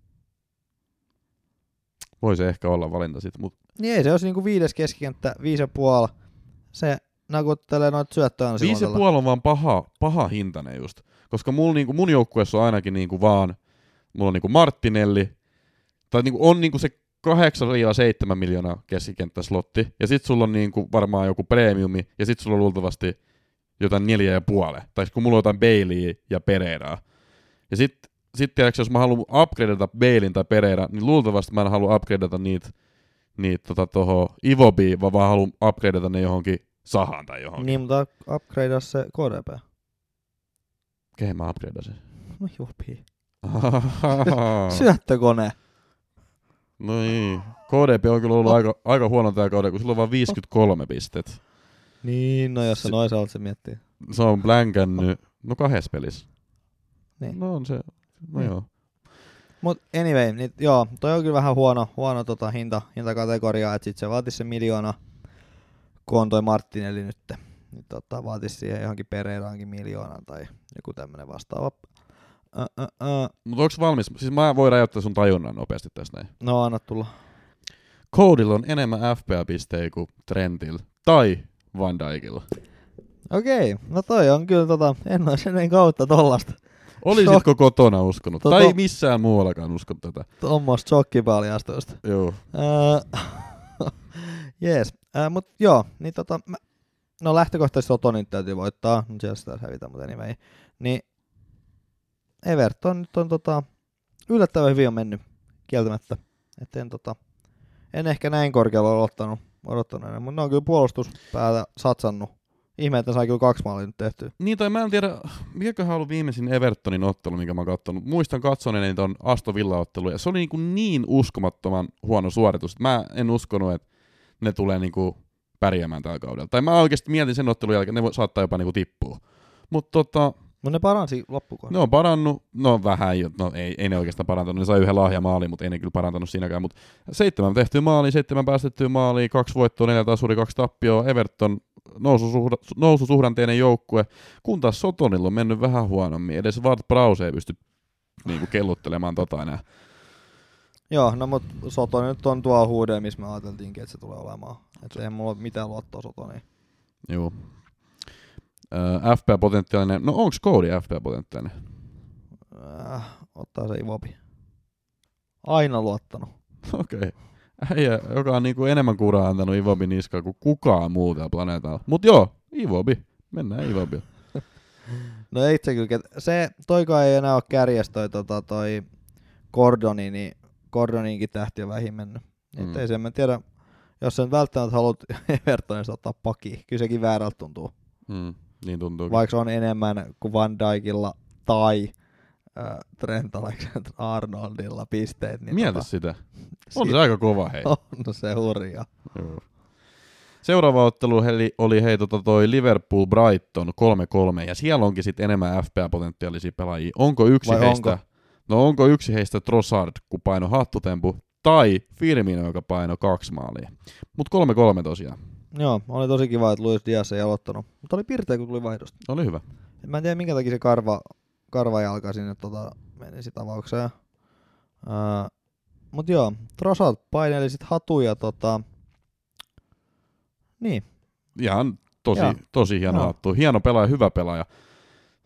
Voisi ehkä olla valinta sit, mutta Niin ei se olisi niinku viides keskikenttä, viisi ja puoli. Se nakuttelee noita syöttöjä silloin. viisi ja puoli on vaan paha, paha hintainen just. Koska mul, niinku, mun joukkueessa on ainakin niinku vaan, mulla on niinku Martinelli, tai niinku on niinku se kahdeksan seitsemän miljoonaa keskikenttäslotti, ja sit sulla on niinku varmaan joku premiumi, ja sit sulla on luultavasti jotain neljä ja puole. Tai kun mulla on jotain Baileyä ja Pereiraa. Ja sit, sit tiedätkö, jos mä haluan upgradeata Balein tai Pereira, niin luultavasti mä en halua upgradeata niitä niit, tota, tohon Iwobiin, vaan vaan haluan upgradeata ne johonkin Sahaan tai johonkin. Niin, mutta upgradea se K D P. Kehen mä upgradeasin? No Iwobi. Syöttökone. No niin. K D P on kyllä ollut oh. aika, aika huono tää kauden, kun sillä on vaan viisikymmentäkolme oh. pistet. Niin, no jos se, se noin se miettii. Se on blänkännyt, no kahdessa pelissä. Niin. No on se, no niin. Joo. Mut anyway, niin joo, toi on kyllä vähän huono, huono tota hinta, hintakategoria, että sit se vaatisi se miljoona, kun on toi Martinelli nyt. Niin tota, vaatisi siihen johonkin Pereiraankin miljoonan tai joku tämmönen vastaava. Ö, ö, ö. Mut onks valmis? Siis mä voin rajoittaa sun tajunnan nopeasti tässä näin. No anna tulla. Codylla on enemmän F P A-pistejä kuin Trentillä tai Van Dijkilla. Okei, no toi on kyllä tota, en ois ennen kautta tollasta. Olisitko kotona uskonut? Toto... Tai missään muuallakaan uskonut tätä? Tuommoista shokkipaljastusta. Joo. Jees, uh, mut joo, niin tota, mä... no lähtökohtaisesti Sotonin täytyy voittaa, no siellä sitä hävitä, mutta anyway. Niin Everton nyt on tota, yllättävän hyvin on mennyt kieltämättä. Et en, tota, en ehkä näin korkealla ole odottanut, odottanut enää, mutta ne on kyllä puolustuspäätä satsannut. Ihme, että sai kyllä kaksi maalia nyt tehtyä. Niin, tai mä en tiedä, mikäköhän on ollut viimeisin Evertonin ottelu, minkä mä oon kattonut. Muistan katsoneeni ton Aston Villa-ottelu, ja se oli niinku niin uskomattoman huono suoritus, että mä en uskonut, että ne tulee niinku pärjäämään tällä kaudella. Tai mä oikeasti mietin sen ottelun jälkeen, että ne saattaa jopa niinku tippua. Mutta tota... No ne paransi loppukohdassa. Ne on parannut, no vähän, no ei, ei ne oikeastaan parantanut, ne sai yhden lahjamaaliin, mutta ei ne kyllä parantanut siinäkään. Mutta seitsemän tehtyä maaliin, seitsemän päästettyä maaliin, kaksi voittoa, neljä tasuri, kaksi tappioa, Everton noususuhda, noususuhdanteinen joukkue, kun taas Sotonilla on mennyt vähän huonommin. Edes Ward Prowse ei pysty niinku kelluttelemaan tota enää. Joo, no mut Soton nyt on tuo huude, missä me ajateltiinkin, että se tulee olemaan. Että ei mulla ole mitään luottoa Sotoniin. Joo. Uh, F P A-potentiaalinen, no onks Cody F P A-potentiaalinen? Äh, ottaa se Iwobi. Aina luottanut. Okei. Okay. Äijä, joka on niinku enemmän kuraa antanut Iwobin niskaa kuin kukaan muu täällä planeetalla. Mut joo, Iwobi. Mennään Iwobi. No itse kyllä, se, toika ei enää ole kärjessä toi, tota, toi Gordoni, niin Gordoninkin tähti on vähin mennyt. Mm. Ei sen, mä tiedä, jos sen välttämättä haluat Evertonista ottaa paki, kyllä sekin väärältä tuntuu. Mm. Niin tuntuu. Vaikka se on enemmän kuin Van Dijkilla tai äh, Trent Alexander-Arnoldilla pisteet. Niin Mieti tota, sitä. On se aika kova hei. On se hurja. Joo. Seuraava ottelu heli, oli hei tota toi Liverpool-Brighton kolme kolme, ja siellä onkin sitten enemmän F P A-potentiaalisia pelaajia. Onko yksi Vai heistä, onko? no onko yksi heistä Trossard, kun paino hattutempu, tai Firmino, joka paino kaksi maalia. Mut kolme kolme tosiaan. Joo, oli tosi kiva, että Luis Diaz ei aloittanut. Mutta oli pirteä, kun tuli vaihdosta. Oli hyvä. Mä en tiedä, minkä takia se karva, karvajalka sinne tota, meni sit avaukseen. Uh, mut joo, Trossard paineli sit hatuja tota... Niin. Ihan tosi, Joo. tosi hieno Joo. hattu. Hieno pelaaja, hyvä pelaaja.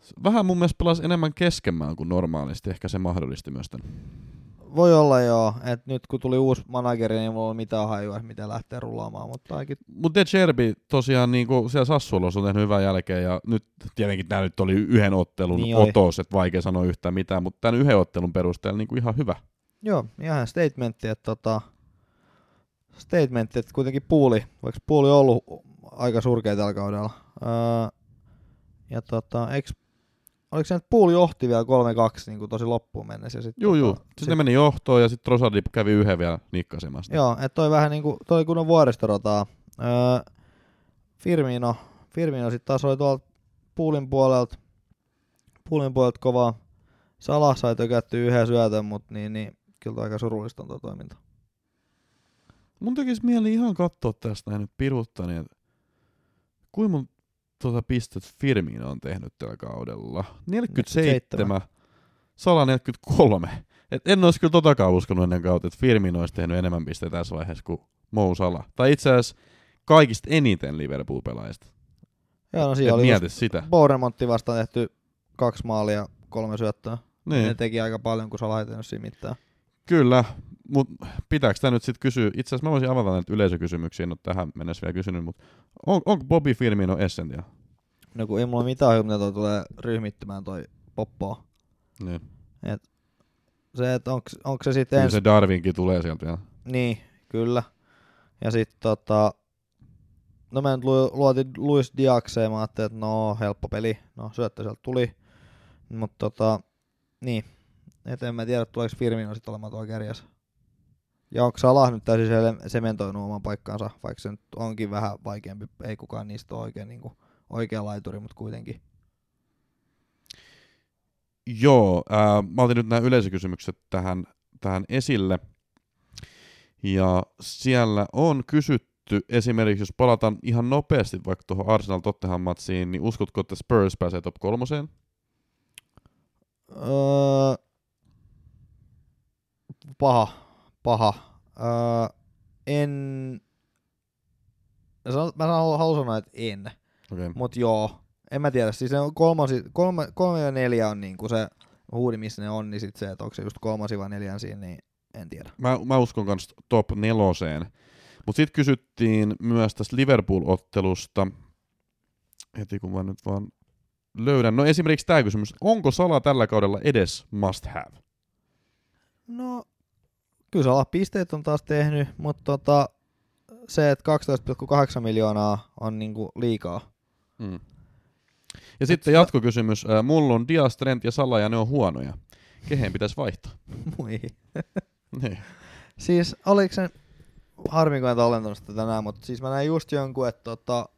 Vähän mun mielestä pelasi enemmän keskemmään kuin normaalisti, ehkä se mahdollisti myös tämän. Voi olla joo, että nyt kun tuli uusi manageri, niin mulla on mitään hajua, miten lähtee rullaamaan, mutta ainakin... Mutta De Cherby tosiaan niinku siellä Sassuolossa on tehnyt hyvän jälkeen, ja nyt tietenkin tämä nyt oli yhden ottelun niin otos, että vaikea sanoa yhtään mitään, mutta tämän yhden ottelun perusteella niinku ihan hyvä. Joo, ihan statementti, että tota... Statementti, että kuitenkin puuli, vaikka puuli on ollut aika surkea tällä kaudella. Öö, ja tota, eiks... Oliko se nyt puuli johti vielä kolme kaksi niin tosi loppuun mennessä? Sit, juu, tota, juu. Sitten sit... ne meni johtoon ja sitten Trossardi kävi yhden vielä nikkasemasta. Joo, että toi vähän niinku, toi kunnon vuoristorataa. Öö, Firmino, Firmino sitten taas oli tuolta puulin puolelta, puulin puolelta kovaa. Salah sai tökättyä yhden syötön, mutta niin, niin, kyllä aika surullista on tuo toiminta. Mun tekisi mieli ihan katsoa tästä näin nyt piruuttani, että kuinka mun tuota pistet Firmino on tehnyt tällä kaudella. neljäkymmentäseitsemän, Salah neljäkymmentäkolme. Et en olisi kyllä totakaan uskonut ennen kautta, että Firmino olisi tehnyt enemmän pisteitä tässä vaiheessa kuin Mo Salah. Tai itse asiassa kaikista eniten Liverpool-pelaajista. Joo, no siinä et oli mieti sitä. Bournemouthin vastaan tehty kaksi maalia, kolme syöttöä. Niin. Ne teki aika paljon, kun Salah ei tehnyt siinä mitään. Kyllä, mutta pitääkö tämä nyt sitten kysyä? Itse asiassa mä voisin avata näitä yleisökysymyksiä, en ole tähän mennessä vielä kysynyt, mutta on, onko Bobby Firmino Essentia? No kun ei mulla mitään hajua, mitä toi tulee ryhmittämään toi poppoa. Niin. Et se, että onko se sitten ens... se Darwinkin tulee sieltä vielä. Niin, kyllä. Ja sitten tota... No mä nyt lu- luotin Luis Diakseen, mä ajattelin, että no helppo peli. No syöttö sieltä tuli. Mutta tota... Niin. Et en mä tiedä, tuleeko Firmino sitten olemaan tuolla kärjessä. Ja onko Salah nyt täysin sementoinut oman paikkaansa, vaikka se nyt onkin vähän vaikeampi. Ei kukaan niistä ole oikein niin kuin oikea laituri, mutta kuitenkin. Joo, äh, mä otin nyt nämä yleisökysymykset tähän, tähän esille. Ja siellä on kysytty, esimerkiksi jos palataan ihan nopeasti vaikka tuohon Arsenal-Tottenham-matsiin, niin uskotko, että Spurs pääsee top kolmoseen? Öö, paha, paha. Öö, en... Mä haluan sanoa, että en. Okay. Mut joo, en mä tiedä. Siis on kolmosi, kolme, kolme ja neljä on niinku se huudi, missä ne on, niin sit se, että onko se just kolmosi vai neljän siinä, niin en tiedä. Mä, mä uskon kans top neloseen. Mut sit kysyttiin myös tästä Liverpool-ottelusta, heti kun mä nyt vaan löydän. No esimerkiksi tää kysymys, onko Salah tällä kaudella edes must have? No, kyllä Salah pisteet on taas tehnyt, mutta tota, se, että kaksitoista pilkku kahdeksan miljoonaa on niinku liikaa. Hmm. Ja Et sitten jatkokysymys. Äh, mulla on Diaz, Trent ja Salah ja ne on huonoja. Kehen pitäisi vaihtaa? Muihin. Niin. Siis oliko se, harmi kun en tallentanut sitä tänään, mutta siis mä näin just jonkun, että tota,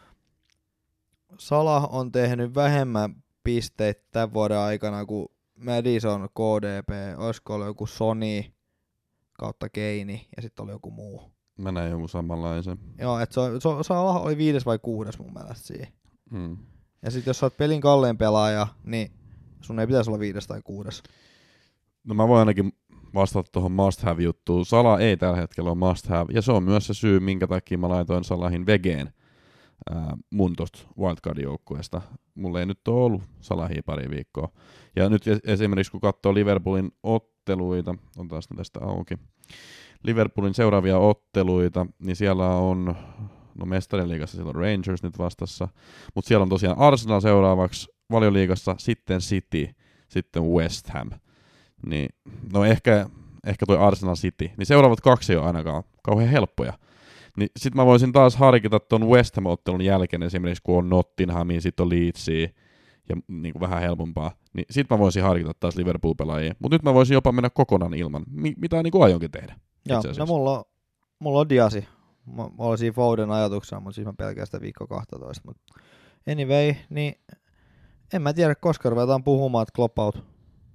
Salah on tehnyt vähemmän pisteitä tämän vuoden aikana kuin Madison, K D P, olisiko ollut joku Sony kautta Keini ja sitten oli joku muu. Mä näin joku samanlaisen. Joo, että Salah oli viides vai kuudes mun mielestä siihen. Hmm. Ja sitten jos sä oot pelin kallein pelaaja, niin sun ei pitäisi olla viides tai kuudes. No mä voin ainakin vastata tuohon must have juttuun. Salah ei tällä hetkellä ole must have, ja se on myös se syy, minkä takia mä laitoin Salahin vegeen ää, mun tosta wildcard-joukkueesta. Mulla ei nyt ole ollut Salahia pari viikkoa. Ja nyt esimerkiksi kun katsoo Liverpoolin otteluita, on taas tästä auki, Liverpoolin seuraavia otteluita, niin siellä on, no mestariliigassa siellä on Rangers nyt vastassa, mutta siellä on tosiaan Arsenal seuraavaksi, Valioliigassa, sitten City, sitten West Ham. Niin, no ehkä, ehkä toi Arsenal City, niin seuraavat kaksi ei ole ainakaan kauhean helppoja. Niin sit mä voisin taas harkita ton West Ham-ottelun jälkeen esimerkiksi, kun on Nottinghamia, sit on Leedsia ja niin kuin vähän helpompaa, niin sit mä voisin harkita taas Liverpool-pelaajia. Mutta nyt mä voisin jopa mennä kokonaan ilman, mitä niin kuin aionkin tehdä. Joo, no mulla on, mulla on Diasi. Mä, mä olisin Foden ajatuksena, mutta siis mä pelkään sitä viikko kaksitoista. Mut anyway, niin en mä tiedä, koska ruvetaan puhumaan, että Klopp out.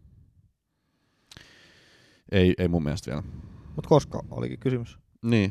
Ei, ei mun mielestä vielä. Mut koska olikin kysymys. Niin.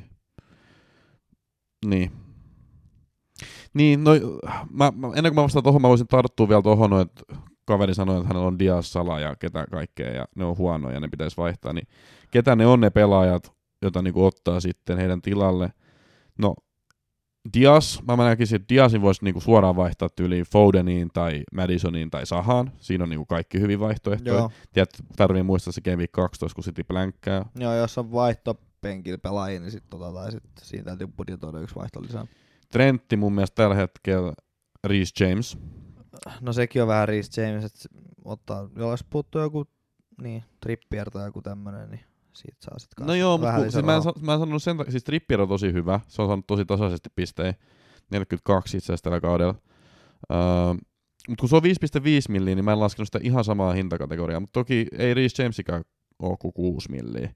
Niin. Niin, no mä, mä, ennen kuin mä vastaan tohon, mä voisin tarttua vielä tohon, että kaveri sanoi, että hänellä on Diaz, Salah ja ketä kaikkea, ja ne on huonoja, ja ne pitäisi vaihtaa, niin ketä ne on ne pelaajat, joita niinku ottaa sitten heidän tilalle? No, Diaz, mä näkisin, että Diazin voisi niinku suoraan vaihtaa tyyliin Fodeniin tai Madisoniin tai Sahaan. Siinä on niinku kaikki hyvin vaihtoehtoja. Joo. Tiedät, tarvii muistaa se Game Week kaksitoista, kun City plänkkää. Joo, jos on vaihtopenkillä pelaajia, niin sitten tota, tai sit siinä täytyy budjetoida yksi vaihto lisää. Trentti mun mielestä tällä hetkellä Reece James. No sekin on vähän Reece James, että ottaa, jos puuttuu joku niin, Trippier tai joku tämmönen, niin siitä saa sit No joo, mutta siis mä, en, rahaa. mä en sanonut sen takia, siis Trippier on tosi hyvä. Se on saanut tosi tasaisesti pistejä. neljäkymmentäkaksi itse asiassa tällä kaudella. Öö, mutta kun se on viisi pilkku viisi milliä, niin mä en laskenut sitä ihan samaa hintakategoriaa. Mutta toki ei Reece Jamesikään ole kuin kuusi milliä.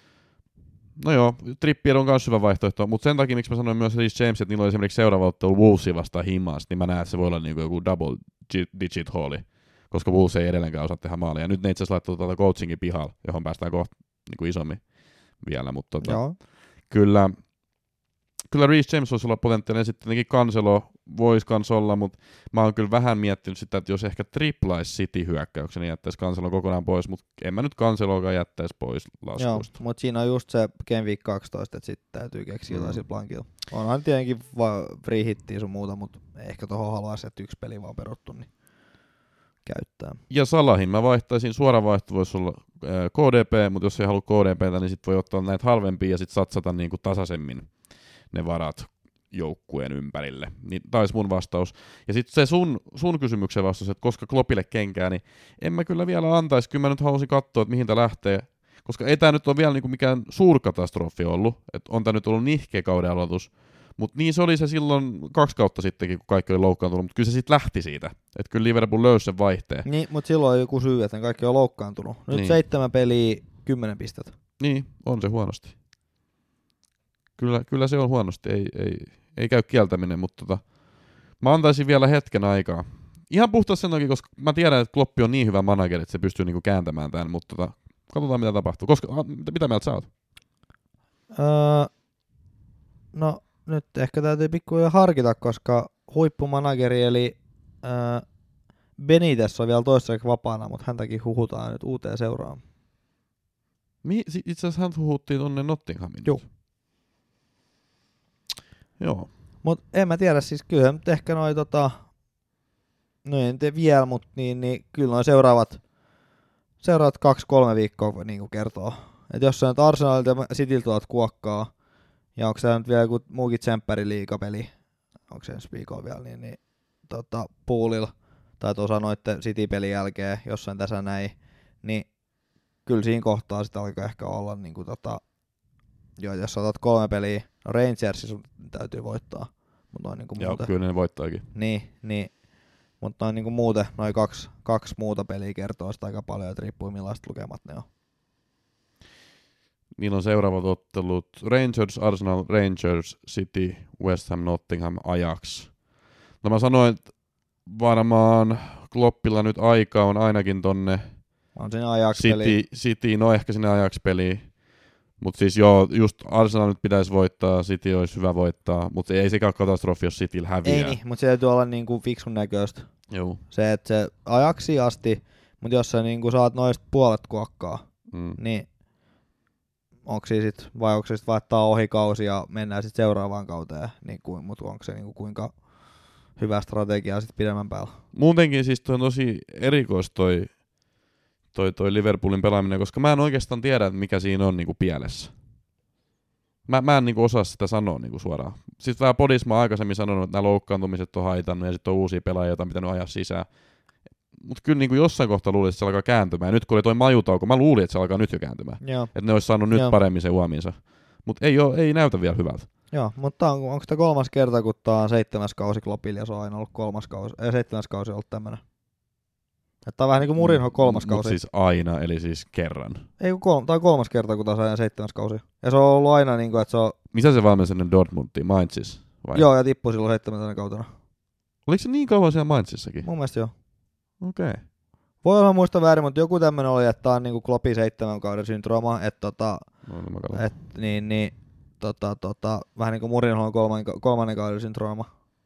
No joo, Trippier on myös hyvä vaihtoehto, mutta sen takia, miksi mä sanoin myös Reece James, että niillä oli esimerkiksi seuraava ottelu Wolvesia vastaan Himaasta, niin mä näen, että se voi olla niinku joku double digit hauli, koska Wolves ei edelleenkään osaa tehdä maalia. Nyt ne itse asiassa laittoi tuota coachingin pihalle, johon päästään kohta niinku isommin vielä, mutta tota, Joo. kyllä, kyllä Reece James voisi olla potentiaalinen, sitten tietenkin Cancelo voisi kans olla, mutta mä oon kyllä vähän miettinyt sitä, että jos ehkä triplaisi City-hyökkäyksen, niin jättäisi Cancelo kokonaan pois, mutta en mä nyt Canceloakaan jättäisi pois laskusta. Joo, mutta siinä on just se Game Week kaksitoista, että sitten täytyy keksiä jotain Mm. sillä plankilla. Onhan tietenkin va- free hittiä sun muuta, mutta ehkä tohon haluaisi, että yksi peli vaan peruttu, niin käyttää. Ja Salahin mä vaihtaisin, suora vaihto voisi olla äh, K D P, mutta jos ei halua K D P:tä, niin sitten voi ottaa näitä halvempia ja sitten satsata niinku tasaisemmin ne varat joukkueen ympärille. Niin taisi mun vastaus. Ja sitten se sun, sun kysymyksen vastaus, että koska Kloppille kenkää, niin en mä kyllä vielä antaisi. Kyllä mä nyt halusin katsoa, että mihin tää lähtee. Koska ei tää nyt ole vielä niinku mikään suurkatastrofi ollut. Että on tää nyt ollut nihkeä kauden aloitus. Mutta niin se oli se silloin kaksi kautta sittenkin, kun kaikki oli loukkaantunut. Mutta kyllä se sitten lähti siitä. Että kyllä Liverpool löysi sen vaihteen. Niin, mutta silloin on joku syy, että ne kaikki on loukkaantunut. Nyt Niin. seitsemän peliä, kymmenen pistettä. Niin, on se huonosti. Kyllä, kyllä se on huonosti. Ei, ei, ei käy kieltäminen, mutta tota, mä antaisin vielä hetken aikaa. Ihan puhtaasti sen takia, koska mä tiedän, että Kloppi on niin hyvä manageri, että se pystyy niinku kääntämään tämän, mutta tota, katsotaan mitä tapahtuu. Koska, a, mitä, mitä mieltä sä oot? Öö, no nyt ehkä täytyy pikkuja harkita, koska huippumanageri eli öö, Benitez on vielä toistaiseksi vapaana, mutta häntäkin huhutaan nyt uuteen seuraan. Mi- itse asiassa hän huhuttiin tonne Nottinghamin. Joo. Joo. Mut en mä tiedä, siis kyllä nyt ehkä noi tota, no en tee vielä, mut niin, niin kyllä noi seuraavat, seuraavat kaksi kolme viikkoa niinku kertoo. Et jos sä nyt Arsenalilta ja Cityltä oot kuokkaa, ja onko se nyt vielä joku muukin tsemppäri liigapeli, onko se ensi viikolla vielä, niin, niin tota, poolilla, tai tuossa sanoitte City-pelin jälkeen, jossain tässä näin, niin kyllä siinä kohtaa sitä alkaa ehkä olla, niin kuin tota, jo, jos otat kolme peliä, no Rangersin sun täytyy voittaa, mutta noin niin kuin Joo, muuten. kyllä ne voittaakin. Niin, niin. Mutta noin niin kuin muuten, noin kaksi, kaksi muuta peliä kertoo sitä aika paljon, että riippuu millaiset lukemat ne on. Niillä on seuraavat ottelut Rangers, Arsenal, Rangers, City, West Ham, Nottingham, Ajax. No mä sanoin, että varmaan Kloppilla nyt aika on ainakin tonne On siinä Ajax-peli. City, City, no ehkä sinne Ajax-peliin. Mutta siis joo, just Arsenal nyt pitäisi voittaa, City olisi hyvä voittaa, mutta ei sekään katastrofi, jos Cityllä häviää. Ei niin, mutta se täytyy olla niinku fiksun näköistä. Joo. Se, että se Ajaksi asti, mutta jos sä niinku saat noista puolet kuokkaa, Mm. niin onko se sit, vai onko se sit vaihtaa ohi kausi ja mennään sitten seuraavaan kauteen, niin kuin, mutta onko se niinku kuinka hyvä strategia sitten pidemmän päällä? Muutenkin siis toi on tosi erikois toi, toi, toi Liverpoolin pelaaminen, koska mä en oikeastaan tiedä, että mikä siinä on niinku pielessä. Mä, mä en niinku osaa sitä sanoa niinku suoraan. Siis vähän podissa mä oon aikaisemmin sanonut, että nämä loukkaantumiset on haitannut ja sitten on uusia pelaajia, joita on pitänyt ajaa sisään. Mutta kyllä niinku jossain kohtaa luulin, että se alkaa kääntymään. Ja nyt kun oli toi majutauko, mä luulin, että se alkaa nyt jo kääntymään. Joo. Että ne olisi saanut nyt Joo. paremmin sen huomiinsa. Mutta ei, oo- ei näytä vielä hyvältä. Joo, mutta on, onko tämä kolmas kerta, kun tämä on seitsemäs kausi Kloppilla ja se on aina ollut kolmas kausi, ei seitsemäs kausi ollut tämmönen. Että on vähän niin kuin Murinho kolmas Mut kausi. siis aina, eli siis kerran. Ei kun kolmas, tai kolmas kerta, kun taas aina seitsemäs kausi. Ja se on ollut aina niin kuin, että se on, Missä se valmensi ennen Dortmundiin? Mainzis? Vai? joo, ja tippui silloin seitsemäntenä kautena. Oliko se niin kauan siellä Mainzissakin? Mun mielestä joo. Okei. Okay. Voi olla muista väärin, mutta joku tämmönen oli, että tää on niinku Klopin seitsemän kauden syndrooma, että tota, No, no, mä katson. et, niin, niin, tota, tota, vähän niinku Murinho'n kolmannen, kolmannen kauden syndrooma.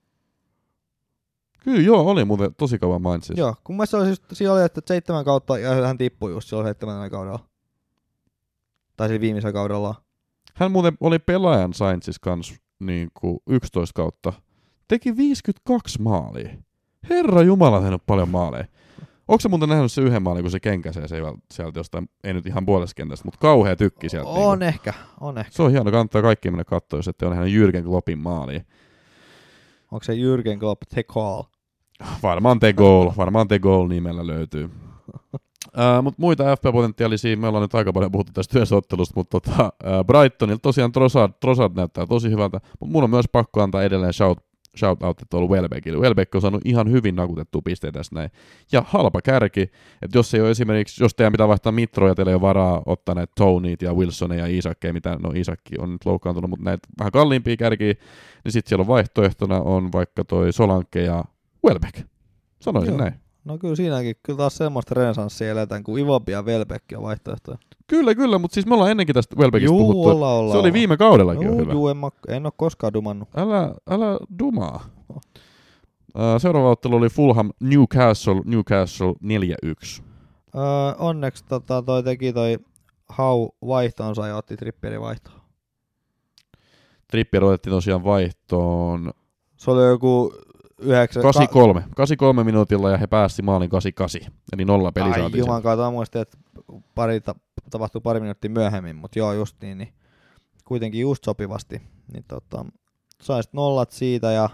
Kyllä joo, oli muuten tosi kauan Mainzissa. Joo, kun mielestä se oli, just, siinä oli, että seitsemän kautta, ja hän tippui just silloin seitsemännellä kaudella. Tai siinä viimeisellä kaudella. Hän muuten oli pelaajan Sainzissa kans niin kuin yksitoista kautta, teki viisikymmentäkaksi maalia. Herra Jumala, tehnyt paljon maaleja. Onko se muuten nähnyt se yhden maalin, kun se kenkäsee se sieltä jostain, ei nyt ihan puolesta kentästä, mutta kauhea tykki sieltä. On niin ehkä, on ehkä. Se on hieno, kannattaa kaikki mennä katsoa, jos ette ole nähnyt Jürgen Kloppin maalia. Onko se Jürgen Klopp The Call? Varmaan The Goal, varmaan The Goal nimellä löytyy. uh, mutta muita F P-potentiaalisia, me ollaan nyt aika paljon puhuttu tästä työsottelusta, mutta tota, uh, Brightonilta tosiaan Trossard, Trossard näyttää tosi hyvältä, mutta mun on myös pakko antaa edelleen shout, shout out tuolla Welbeckille. Welbeck on saanut ihan hyvin nakutettua pisteitä tässä näin. Ja halpa kärki, että jos ei ole esimerkiksi, jos teidän pitää vaihtaa Mitroja, teillä ei ole varaa ottaa näitä Toneyt ja Wilsoneja ja Isakkeja, mitä, no Isakki on nyt loukkaantunut, mutta näitä vähän kalliimpia kärkiä, niin sitten siellä on vaihtoehtona on vaikka toi Solanke ja Welbeck. Sanoisin Joo. näin. No kyllä siinäkin, kyllä taas semmoista renesanssia eletään, kun Iwobi ja Welbeck on vaihtoehtoja. Kyllä, kyllä, mutta siis me ollaan ennenkin tästä Welbeckistä Juu, puhuttu. olla, olla, se oli olla. viime kaudellakin Juu, jo hyvä. juu, en, mä, en ole koskaan dumannut. Älä, älä dumaa. Uh, seuraava ottelu oli Fulham Newcastle, Newcastle neljä yksi. Öö, onneksi tota, toi teki toi Hau vaihtoonsa ja otti Trippierin vaihtoon. Trippier otettiin tosiaan vaihtoon Se oli joku yhdeksän... kahdeksankymmentäkolme. kahdeksankymmentäkolme minuutilla ja he päästi maalin kahdeksankymmentäkahdeksan. Eli nolla peli Ai saatiin. juman kautta, muistin, että pari ta- tapahtui pari minuuttia myöhemmin, mutta joo just niin, niin kuitenkin just sopivasti. Niin tota, saisit nollat siitä ja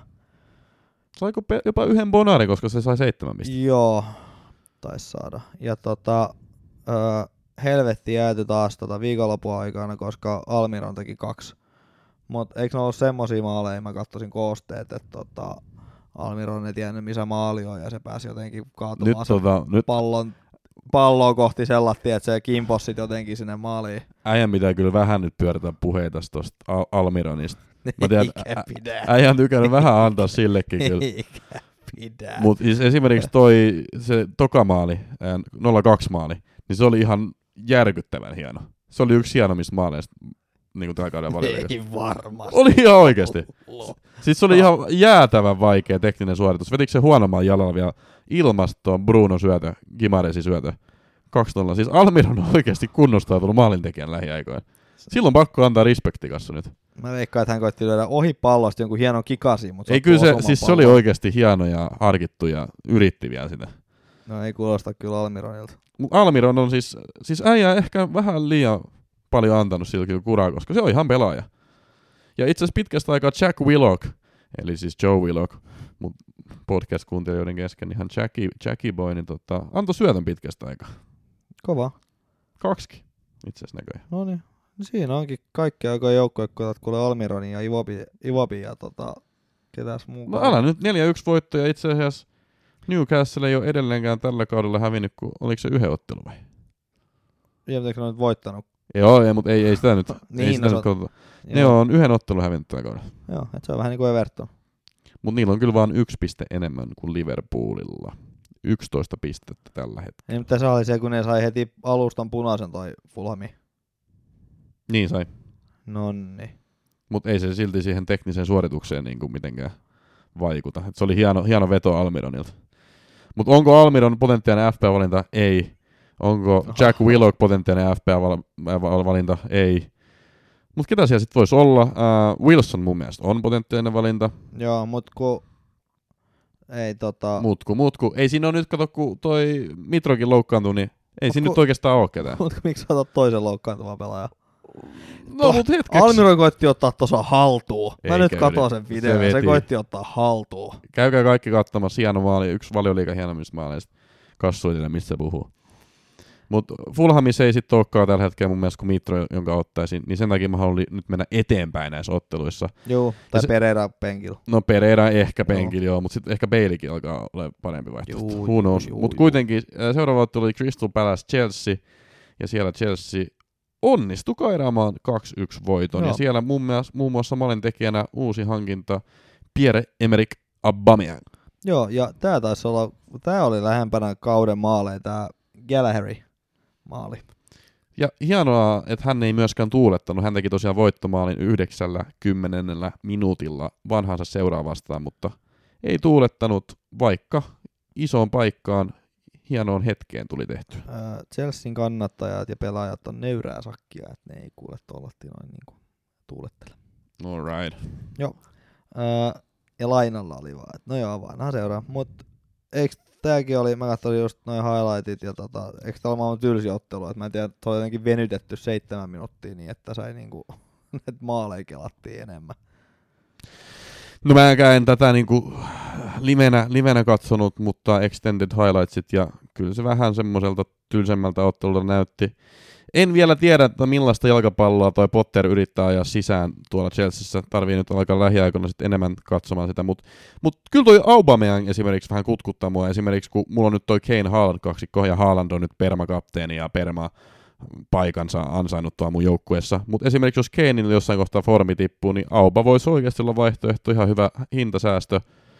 Saiko pe- jopa yhden bonari, koska se sai seitsemän pistettä? joo, taisi saada. Ja tota, öö, helvetti jääty taas tota viikonlopun aikana, koska Almiron teki kaksi. Mutta eikö ne ollut semmosia maaleja, mä katsoisin koosteet, että tota, Almiron ei tiennyt missä maali on ja se pääsi jotenkin kaatumaan Nyt, sen tota, nyt pallon, pallon kohti sellattiin, että se kimposi sit jotenkin sinne maaliin. äijän pitää kyllä vähän nyt pyörätä puheita tosta Al- Almironista. Mä tiedän, Eikä ä- pidä. äijän tykännyt vähän antaa sillekin kyllä. Eikä pidä. Mutta siis esimerkiksi toi se toka maali, nolla kaksi maali, niin se oli ihan järkyttävän hieno. Se oli yksi hienommista maaleista niin kuin tällä kaudella Valioliigassa. Ei varmasti. Oli ihan oikeesti. Siis se oli ihan jäätävän vaikea tekninen suoritus. Vetikö se huonomman jalalla vielä ilmastoon Bruno syötö, Gimaresi syötö kaksi nolla. Siis Almiron on oikeesti kunnostautunut maalintekijän lähiaikoina. Silloin pakko antaa respekti kanssa nyt. Mä veikkaan, että hän koitti lyödä ohi pallosta jonkun hienon kikasi, mutta Ei kyllä se, siis se oli oikeesti hieno ja harkittu ja yritti vielä sitä. No ei kuulosta kyllä Almironilta. Mut Almiron on siis, siis äijä ehkä vähän liian paljon antanut sillä kyllä kuraa, koska se on ihan pelaaja. Ja itse asiassa pitkästä aikaa Jack Willock, eli siis Joe Willock, mut podcast-kuuntelijoiden kesken, niin hän Jackie, Jackie Boy, niin tota, antoi syötön pitkästä aikaa. Kova. Kaksikin, itse asiassa näköjään. No niin. Siinä onkin kaikki aikojen joukkoja, kun otat kuule Almironin ja Iwobi, Iwobi ja tota, ketäs muu. No älä nyt neljä yksi voitto, ja itse asiassa Newcastle ei ole edelleenkään tällä kaudella hävinnyt, kun oliko se yhden ottelu vai? Ja miten ne on nyt voittanut? Joo, ei, mutta ei, ei sitä nyt, Niin, ei sitä no nyt se on- katsota. Ne on yhden ottelun hävinnyt tällä kaudella. Joo, et se on vähän niin kuin Everton. Mutta niillä on kyllä vain yksi piste enemmän kuin Liverpoolilla. yksitoista pistettä tällä hetkellä. Niin, mutta se oli se, kun ne sai heti alustan punaisen toi Fulhami. Niin sai. Nonni. Mutta ei se silti siihen tekniseen suoritukseen niin kuin mitenkään vaikuta. Et se oli hieno, hieno veto Almironilta. Mutta onko Almiron potentiaalinen F P A-valinta? Ei. Onko Jack Willock potentiaalinen F P A-valinta? Ei. Mutta ketä siellä sitten voisi olla? Uh, Wilson mun mielestä on potentiaalinen valinta. Joo, mut kun ei tota... Mutku, mutku. Ei siinä ole nyt, kato, kun toi Mitrokin loukkaantui, niin ei Mut siinä ku- nyt oikeastaan ole ketään. Mut miksi sä otat toisen loukkaantuvan pelaajan? No mut hetkeksi. Almiron koitti ottaa tuossa haltuun. Mä Eikä nyt katon yritä. sen Se videon, se, se veti. koitti ottaa haltuun. Käykää kaikki katsomassa, hieno maali, yksi Valioliigan hienommista maaleista. Kassuitille, mistä se puhuu. Mutta Fulhamissa ei sitten olekaan tällä hetkellä mun mielestä kuin Mitro, jonka ottaisin, niin sen takia mä haluan nyt mennä eteenpäin näissä otteluissa. Juu, tai se- Pereira penkillä. No Pereira ehkä penkillä joo, mutta sitten ehkä Baileykin alkaa olla parempi vaihtoehto. Juu, Who knows. juu, Mutta juu. kuitenkin äh, seuraava ottelu oli Crystal Palace Chelsea, ja siellä Chelsea onnistui kairaamaan kaksi yksi voiton. Joo. Ja siellä muun muassa, muun muassa maalin tekijänä uusi hankinta Pierre-Emerick Aubameyang. Joo, ja tää taisi olla, tää oli lähempänä kauden maaleja, tää Gallagher maali. Ja hienoa, että hän ei myöskään tuulettanut. Hän teki tosiaan voittomaalin yhdeksällä kymmenennellä minuutilla vanhansa seuraa vastaan, mutta ei tuulettanut, vaikka isoon paikkaan hienoon hetkeen tuli tehty. Öö, Chelsean kannattajat ja pelaajat on nöyrää sakkia, että ne ei kuule tuolla noin niinku tuulettele. All right. Joo. Öö, ja lainalla oli vaan, että no joo, vanha seuraa. Mut eikö tääkin oli, mä katsoin just noin highlightit ja tota, eikö tää ole maailman tylsi ottelu, että mä en tiedä, että oli jotenkin venytetty seitsemän minuuttia niin, että sai niinku, että maaleja kelattiin enemmän. No mä en tätä niinku livenä, livenä katsonut, mutta extended highlightsit ja kyllä se vähän semmoiselta tylsemmältä ottelulta näytti. En vielä tiedä, että millaista jalkapalloa toi Potter yrittää ajaa sisään tuolla Chelseassa. Tarvii nyt alkaa lähiaikoina sit enemmän katsomaan sitä, mutta mut kyllä toi Aubameyang esimerkiksi vähän kutkuttaa mua. Esimerkiksi kun mulla on nyt toi Kane Haaland kaksikko ja Haaland on nyt permakapteeni ja perma paikansa ansainnut tuolla mun joukkueessa. Mutta esimerkiksi jos Kanein jossain kohtaa formi tippuu, niin Auba voisi oikeasti olla vaihtoehto, ihan hyvä hintasäästö.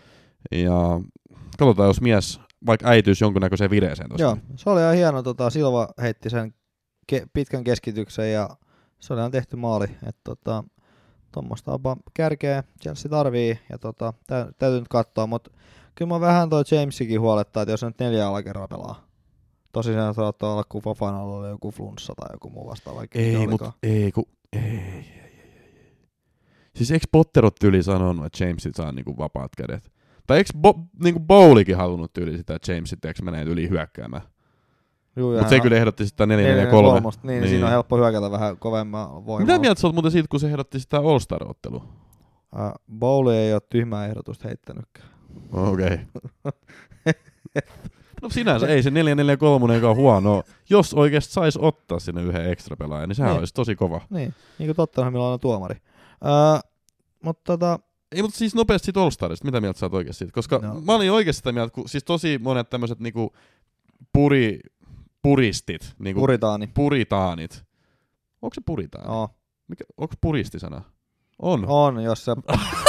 Ja katsotaan, jos mies vaikka äityisi jonkunnäköiseen vireeseen tuossa. Joo, se oli ihan hieno. Tota, Silva heitti sen ke- pitkän keskityksen ja se oli ihan tehty maali. Että tota, tuommoista kärkeä Chelsea tarvii ja tota, tä- täytyy nyt katsoa, mutta kyllä mä vähän toi Jamesikin huolettaa, että jos nyt neljä alakerraa pelaa. Tosi sen saattaa olla, kun Fofanalla oli joku flunssa tai joku muu vastaava. Ei, mutta ei, kun ei, ei, ei, ei. Siis eikö Potter ole tyyli sanonut, että Jamesit saa niinku vapaat kädet? Tai eikö Bo- niinku Bowlikin halunnut tyyli sitä, että Jamesit menee yli hyökkäämään? Mutta se kyllä ehdotti sitä neljä neljä kolme. Niin, niin, siinä on helppo hyökätä vähän kovemmaa voimaa. Mitä mieltä sä oot muuten siitä, kun se ehdotti sitä All-Star-ottelua? Uh, Bowley ei ole tyhmää ehdotusta heittänytkään. Okei. Okay. No sinänsä ei se neljä neljä kolme eikä ole huono. Jos oikeasti saisi ottaa sinne yhden ekstra pelaajan, niin sehän niin. Olisi tosi kova. Niin, niin kuin Tottenhamilla on tuomari. Uh, mutta tota... Ei, mutta siis nopeasti siitä All-Starista. Mitä mieltä sä oot oikeasti siitä? Koska no. Mä olin oikeasti sitä mieltä, kun siis tosi monet tämmöiset niinku puri, puristit. Niinku Puritaani. Puritaanit. Onko se puritaani? Oo. Mikä, onko puristisana? On. On, jos sä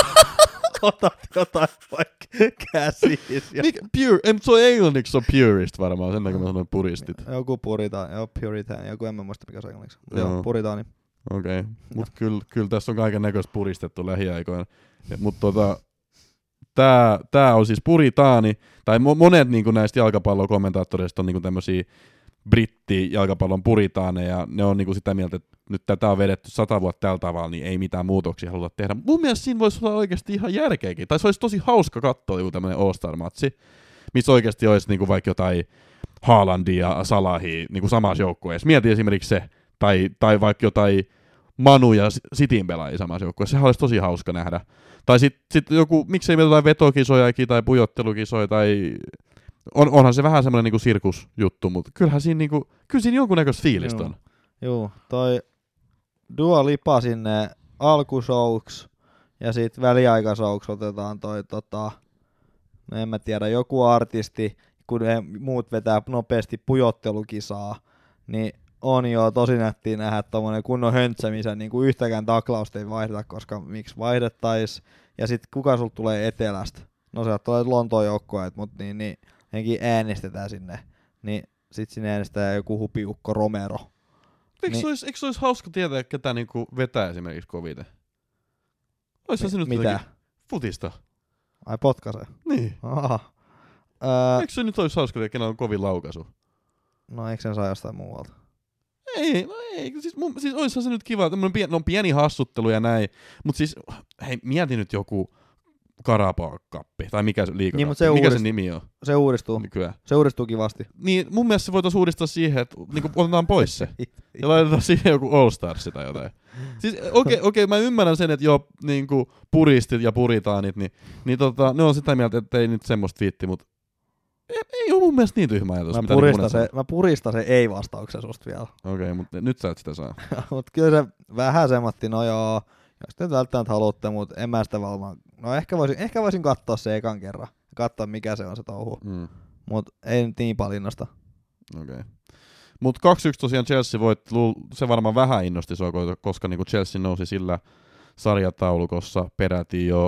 otat jotain vaikka käsiis. Ja... Mikä, pure, en, se on englanniksi, se on purist varmaan, sen takia mä sanoin puristit. Joku puritaani, joo, puritan, joku en mä muista mikä se on englanniksi. Joo, Joo, puritaani. Okei, okay. Mutta kyllä kyl tässä on kaiken näköistä puristettu lähiaikoina. Mutta tota, tää, tää on siis puritaani, tai monet niinku näistä jalkapallokommentaattoreista on niinku tämmösiä britti-jalkapallon puritaaneja, ne on niinku sitä mieltä, että nyt tätä on vedetty sata vuotta tällä tavalla, niin ei mitään muutoksia haluta tehdä. Mun mielestä siinä voisi olla oikeasti ihan järkeäkin, tai se olisi tosi hauska katsoa joku tämmönen All-Star-matsi, missä oikeasti olisi niinku vaikka jotain Haalandia ja Salahia niinku samassa joukkueessa. Mieti esimerkiksi se, tai, tai vaikka jotain Manu ja Cityn pelaajia samassa joukkueessa. Sehän olisi tosi hauska nähdä. Tai sitten sit joku, miksei meillä jotain vetokisojakin tai pujottelukisoja, tai on, onhan se vähän semmoinen niinku sirkusjuttu, mutta kyllähän siinä, niinku, kyllä siinä jonkunnäköistä fiilistä on. Joo, toi Dua Lipa sinne alkusouks ja sit väliaikasouks otetaan toi tota, no en mä tiedä, joku artisti, kun he muut vetää nopeasti pujottelukisaa, niin on jo tosi nättiä nähdä tommonen kunnon höntsämisen, niin kuin yhtäkään taklausta ei vaihdeta, koska miksi vaihdettaisi. Ja sit kuka sulta tulee etelästä? No sieltä tulee Lontoon joukkueet, mutta niin, niin henkin äänestetään sinne. Niin sit sinne äänestetään joku hupiukko Romero. Eikö niin, se olisi, eikö se olisi hauska tietää, ketä niinku vetää esimerkiksi koviten? Oishan se nyt mitä? jotenkin futista. Ai potkasee? Niin. Aha. Öö, Eikö se nyt olisi hauska tietää, kenellä on kovin laukaisu? no eikö sen saa jostain muualta? Ei, no ei, siis, mun, siis oishan se nyt kiva, tämmönen no, pieni hassuttelu ja näin, mutta siis, hei, mieti nyt joku Carabao-kappi, tai mikä se liigakappi, niin, se mikä uudist... se nimi on? Se uudistuu, Nykyään. se uudistuu kivasti. Niin, mun mielestä se voitaisiin uudistaa siihen, että niinku, otetaan pois se, ja laitetaan siihen joku All Stars tai jotain. Siis okei, okay, okay, mä ymmärrän sen, että joo, niinku, puristit ja puritaanit, niin, niin tota, ne on sitä mieltä, että ei nyt semmoista viitti, mutta ei, ei ole mun mielestä niin tyhmä ajatus. Mä, mitä puristan se, mä puristan se ei-vastauksen susta vielä. Okei, okay, mutta nyt sä et sitä saa. Mut kyllä se vähän semmoitti, no joo, jos te välttämättä haluatte, mutta en mä sitä valmaan. No ehkä voisin, ehkä voisin katsoa se ekan kerran. Katsoa mikä se on se touhu. Mm. Mut ei nyt niin paljon innosta. Okei. Okay. Mut kaksi yksi tosiaan Chelsea voitti, se varmaan vähän innosti sua, koska niinku Chelsea nousi sillä sarjataulukossa peräti jo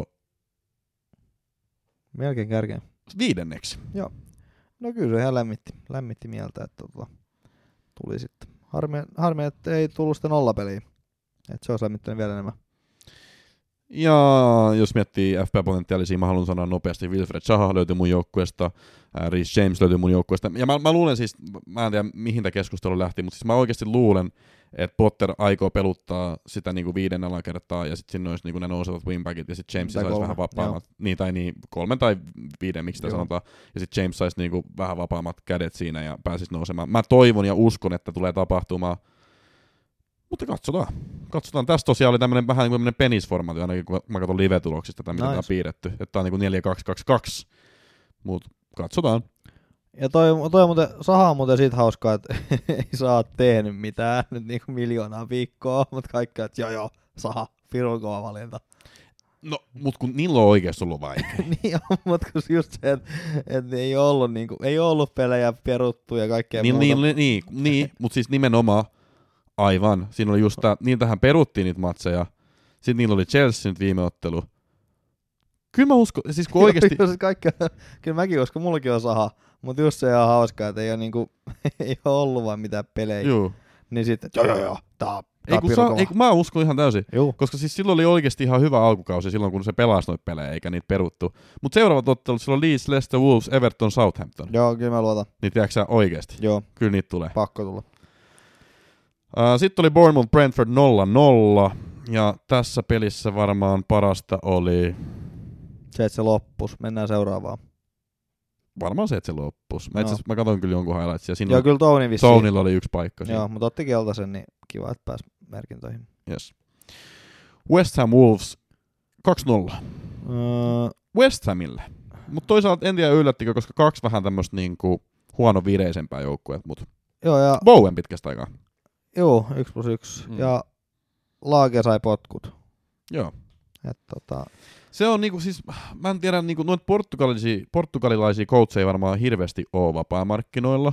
melkein kärkeen. Viidenneksi. Joo. No kyllä se ihan lämmitti, lämmitti mieltä, että tota, tuli sitten. Harmi, harmi, että ei tullut sitä nollapeliä. Että se olisi lämmittänyt vielä enemmän. Ja jos miettii F P-potentiaalisia, mä haluan sanoa nopeasti, Wilfred Zaha löytyi mun joukkueesta, Reece James löytyi mun joukkueesta. Ja mä, mä luulen siis, mä en tiedä mihin tämä keskustelu lähti, mutta siis mä oikeasti luulen, että Potter aikoo peluttaa sitä niinku viiden alakertaa, ja sitten sinne olisi niinku ne nousevat wingbackit, ja sitten James saisi kolme. vähän vapaammat, niin, tai niin, kolmen tai viiden, miksi sitä sanotaan, ja sitten James saisi niinku vähän vapaammat kädet siinä, ja pääsisi nousemaan. Mä toivon ja uskon, että tulee tapahtumaan. Mutta katsotaan. Katsotaan. Tässä tosiaan oli tämmönen vähän niin kuin penisformaatti, ainakin kun mä katson live-tuloksista, tai mitä nice. Tää on piirretty. Että tää on niin neljä kaksi kaksi kaksi. Mut katsotaan. Ja toi, toi muuten, Saha on muuten siitä hauskaa, että ei saa tehnyt mitään nyt niinku miljoonaa viikkoa, mutta kaikki, että joo joo, Saha, pirun kova valinta. No, mut kun niillä on oikeesti ollut vaikea. Niin on, mutta kun just se, että et ei ollut niinku, ei ollut pelejä peruttu ja kaikkea niin, muuta. Niin, niin, niin mutta siis nimenomaan, aivan. Siinä oli just tää, niiltähän peruttiin niitä matseja. Sitten niillä oli Chelsea nyt viime ottelu. Kyllä mä uskon, siis kun oikeesti... Joo, siis kaikkea, kyllä mäkin uskon, mullakin on Saha. Mutta just se on hauskaa, että ei ole, niinku, ei ole ollut vaan mitään pelejä. Juu. Niin sitten, joo joo joo, tää, ei, kun tää sa, ei kun mä uskon ihan täysin. Juu. Koska siis silloin oli oikeesti ihan hyvä alkukausi silloin, kun se pelasi noita pelejä, eikä niitä peruttu. Mut seuraavat ottelut, silloin Leeds, Leicester, Wolves, Everton, Southampton. Joo, kyllä mä luotan. Niin tiedätkö sä oikeesti? Joo. Kyllä niitä tulee. Pakko tulla. Uh, sitten oli Bournemouth Brentford nolla nolla. Ja tässä pelissä varmaan parasta oli... Se, että se loppus. Mennään seuraavaan. Varmaan se, että se loppus. Mä, No. itse, mä katsoin kyllä jonkun highlightsia. Siinä Joo, kyllä Tony vissiin. Tonilla oli yksi paikka. Joo, mutta otti keltaisen, niin kiva, että pääsi merkintöihin. Yes. West Ham Wolves kaksi nolla. Öö, West Hamille. Mutta toisaalta en tiedä yllättikö, koska kaksi vähän tämmöistä niinku huono vireisempää joukkueet, mutta joo, ja... Bowen pitkästä aikaa. Joo, yksi plus yksi. Mm. Ja Laage sai potkut. Joo. Et, tota... Se on niinku siis, mä en tiedä, niinku noita portugalilaisia, portugalilaisia coacheja varmaan hirveästi oo vapaamarkkinoilla,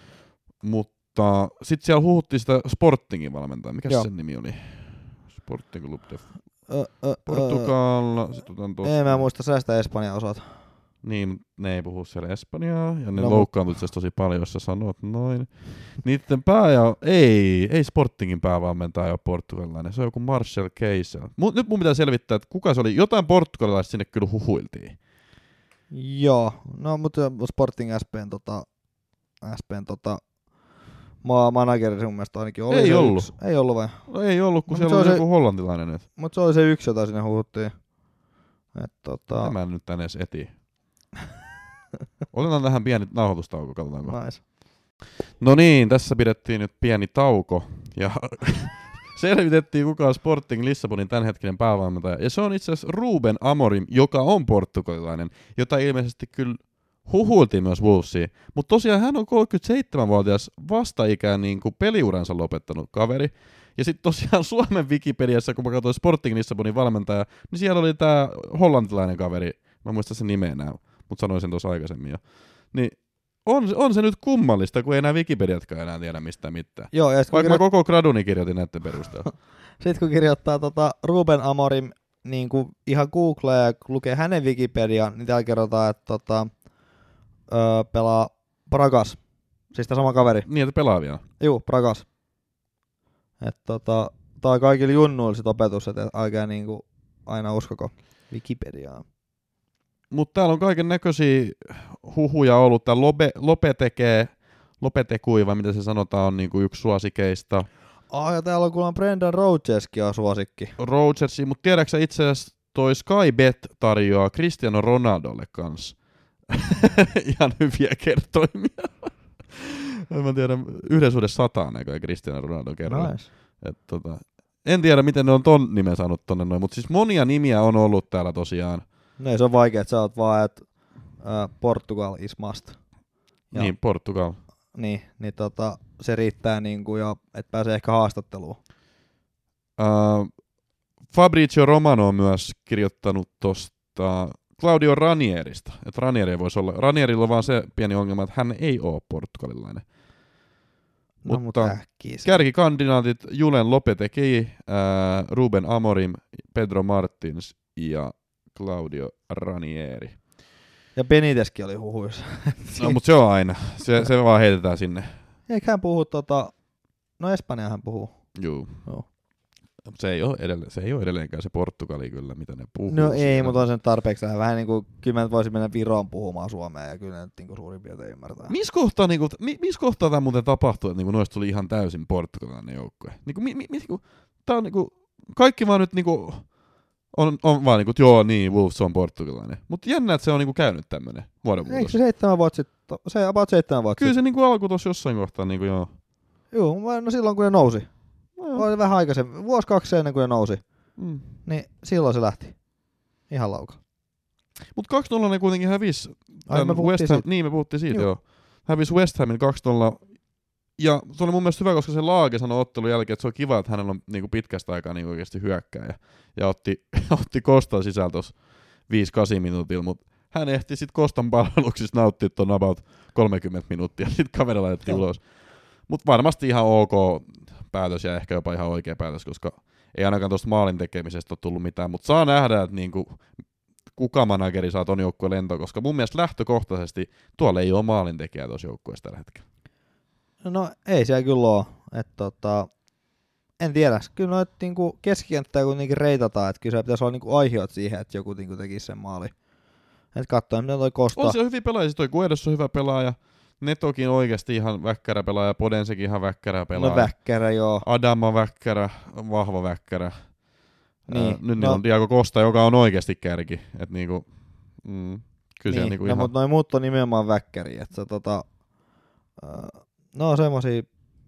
mutta sit siellä huhuttiin sitä Sportingin valmentajaa. Mikä sen nimi oli? Sporting Club de Ö, ö, Portugal. Sit otan tosta. Ei mä muista sä sitä Espanjan osat. Niin, ne ei puhu siellä espanjaa, ja ne No, loukkaantui itse tosi paljon, jos sä sanot noin. Niitten pää ja... Ei, ei Sportingin päävalmentaja ole portugalilainen, se on joku Marcel Keisel. Nyt mun pitää selvittää, että kuka se oli. Jotain portugalilaista sinne kyllä huhuiltiin. Joo, no mutta Sporting S P:n tota... S P:n tota... Maa manageri sun mielestä ainakin oli. Ei se ollut. Yksi. Ei ollut vai? No ei ollut, kun no, siellä oli se... joku hollantilainen nyt. Mutta se oli se yksi, jota sinne huhuttiin. Et, tota... Mä en nyt tänne edes eti. Otetaan tähän pieni nauhoitustauko, katsotaanko. Nice. No niin, tässä pidettiin nyt pieni tauko ja selvitettiin kuka on Sporting Lissabonin tämänhetkinen päävalmentaja. Ja se on itse asiassa Ruben Amorim, joka on portugalilainen, jota ilmeisesti kyllä huhuiltiin myös Wolvesiin. Mutta tosiaan hän on kolmekymmentäseitsemänvuotias vasta-ikään niin kuin peliuransa lopettanut kaveri. Ja sitten tosiaan Suomen Wikipediassa, kun mä katsoin Sporting Lissabonin valmentaja, niin siellä oli tää hollantilainen kaveri, mä muistan sen nimeä enää, mutta sanoin sen tuossa aikaisemmin jo. Niin on, on se nyt kummallista, kun ei enää Wikipediatkaan enää tiedä mistään mitään. Joo, ja Vaikka kirjo... mä koko graduni kirjoitin näiden perusteella. Sitten kun kirjoittaa tota Ruben Amorim niin kuin ihan Googleen ja lukee hänen Wikipedian, niin täällä kerrotaan, että tota, öö, pelaa Bragas. Siis tämä sama kaveri. Niin, että pelaa vielä. Juu, Bragas. Että tota, tää on kaikille junnuille sit opetus, että älkää niinku aina uskoko Wikipediaa. Mutta täällä on kaiken näköisiä huhuja ollut. Tää Lope, Lope tekee, Lopetekui, vai mitä se sanotaan, on niinku yksi suosikeista. Ah, ja täällä on kuulemma Brendan Rodgerskin on suosikki. Rodgersi, mutta tiedätkö itse asiassa toi Sky Bet tarjoaa Cristiano Ronaldolle kanssa ihan hyviä kertoimia. Mä tiedän, yhden suhde sataan näköjään Cristiano Ronaldo kerran. Nice. Et, tota, en tiedä, miten ne on ton nimen saanut tonne noin, mutta siis monia nimiä on ollut täällä tosiaan. No se on vaikea, että sä oot vaan, että uh, Portugal is must. Ja, niin, Portugal. Niin, niin tota, se riittää niinku jo, että pääsee ehkä haastatteluun. Uh, Fabrizio Romano on myös kirjoittanut tosta Claudio Ranierista. Että Ranieri voisi olla. Ranierilla on vaan se pieni ongelma, että hän ei ole portugalilainen. No, mutta äkkiä. kärkikandidaatit Julen Lopetegui, ää, Ruben Amorim, Pedro Martins ja Claudio Ranieri. Ja Benitezkin oli huhuissa. No, mutta se on aina. Se, se vaan heitetään sinne. Eikö hän puhu tota... No Espanjaa hän puhuu. Juu. Joo. Se ei ole, edelleen, se ei ole edelleenkään se Portugali kyllä, mitä ne puhuu. No ei, siellä. mutta on sen tarpeeksi vähän niin kuin, kyllä mä voisin mennä Viroon puhumaan suomea ja kyllä ne nyt niin kuin suurin piirtein ymmärtää. Missä kohtaa, niin kuin, mi, missä kohtaa tämä muuten tapahtui, että niin kuin noista tuli ihan täysin portugalilainen joukkue? Niin kuin, mi, mi, niin kuin, tää on niin kuin, kaikki vaan nyt niin kuin, on, on vaan niin kuin, joo niin, Wolves on portugalilainen. Mutta jännä, että se on niin kuin käynyt tämmöinen muodonmuutos. Eikö se seitsemän vuotta sitten? Se about seitsemän vuotta Kyllä sitten. se niin kuin alkoi tuossa jossain kohtaa, niin kuin, joo. Joo, no silloin kun ne nousi. No, Oli vähän aikaisemmin, vuosi kaksi ennen kuin ne nousi. mm. Niin silloin se lähti. Ihan laukalla. Mutta kaksi nolla ne kuitenkin hävisi. Ai, me puhuttiin West Ham, siitä. niin me puhuttiin siitä, joo. Joo. joo. Hävisi West Hamin kaksi nolla. Ja se oli mun mielestä hyvä, koska se Laage sanoi ottelun jälkeen, että se on kiva, että hänellä on niinku pitkästä aikaa niinku oikeasti hyökkääjä. Ja otti, otti Kostan sisään tuossa viisi kahdeksan minuutilla, mutta hän ehti sitten Kostan palveluksissa nauttia tuon about kolmekymmentä minuuttia, sitten kaveri laitettiin ulos. Mutta varmasti ihan ok päätös ja ehkä jopa ihan oikea päätös, koska ei ainakaan tuosta maalin tekemisestä ole tullut mitään, mutta saa nähdä, että niinku, kuka manageri saa ton joukkueen lentoon, koska mun mielestä lähtökohtaisesti tuolla ei ole maalintekijää tuossa joukkueessa tällä hetkellä. No ei siellä kyllä ole. Et, tota, en tiedä. Kyllä noit niinku keskikenttää kuitenkin reitataan, että kyllä se pitäisi olla niinku aiheut siihen, että joku niinku tekisi sen maali. Et katsoa, mitä toi Kosta. On se hyviä pelaajia, toi Guedes on hyvä pelaaja, Netokin oikeasti ihan väkkärä pelaaja, Podensekin ihan väkkärä pelaaja. No väkkärä, joo. Adam on väkkärä, vahva väkkärä. Niin, Äh, nyt no, on Diego Costa, joka on oikeasti kärki. Et niinku, mm, kyllä niin, niinku no, ihan... mutta noin muut on nimenomaan väkkäriä. Et se, tota, äh, no semmosia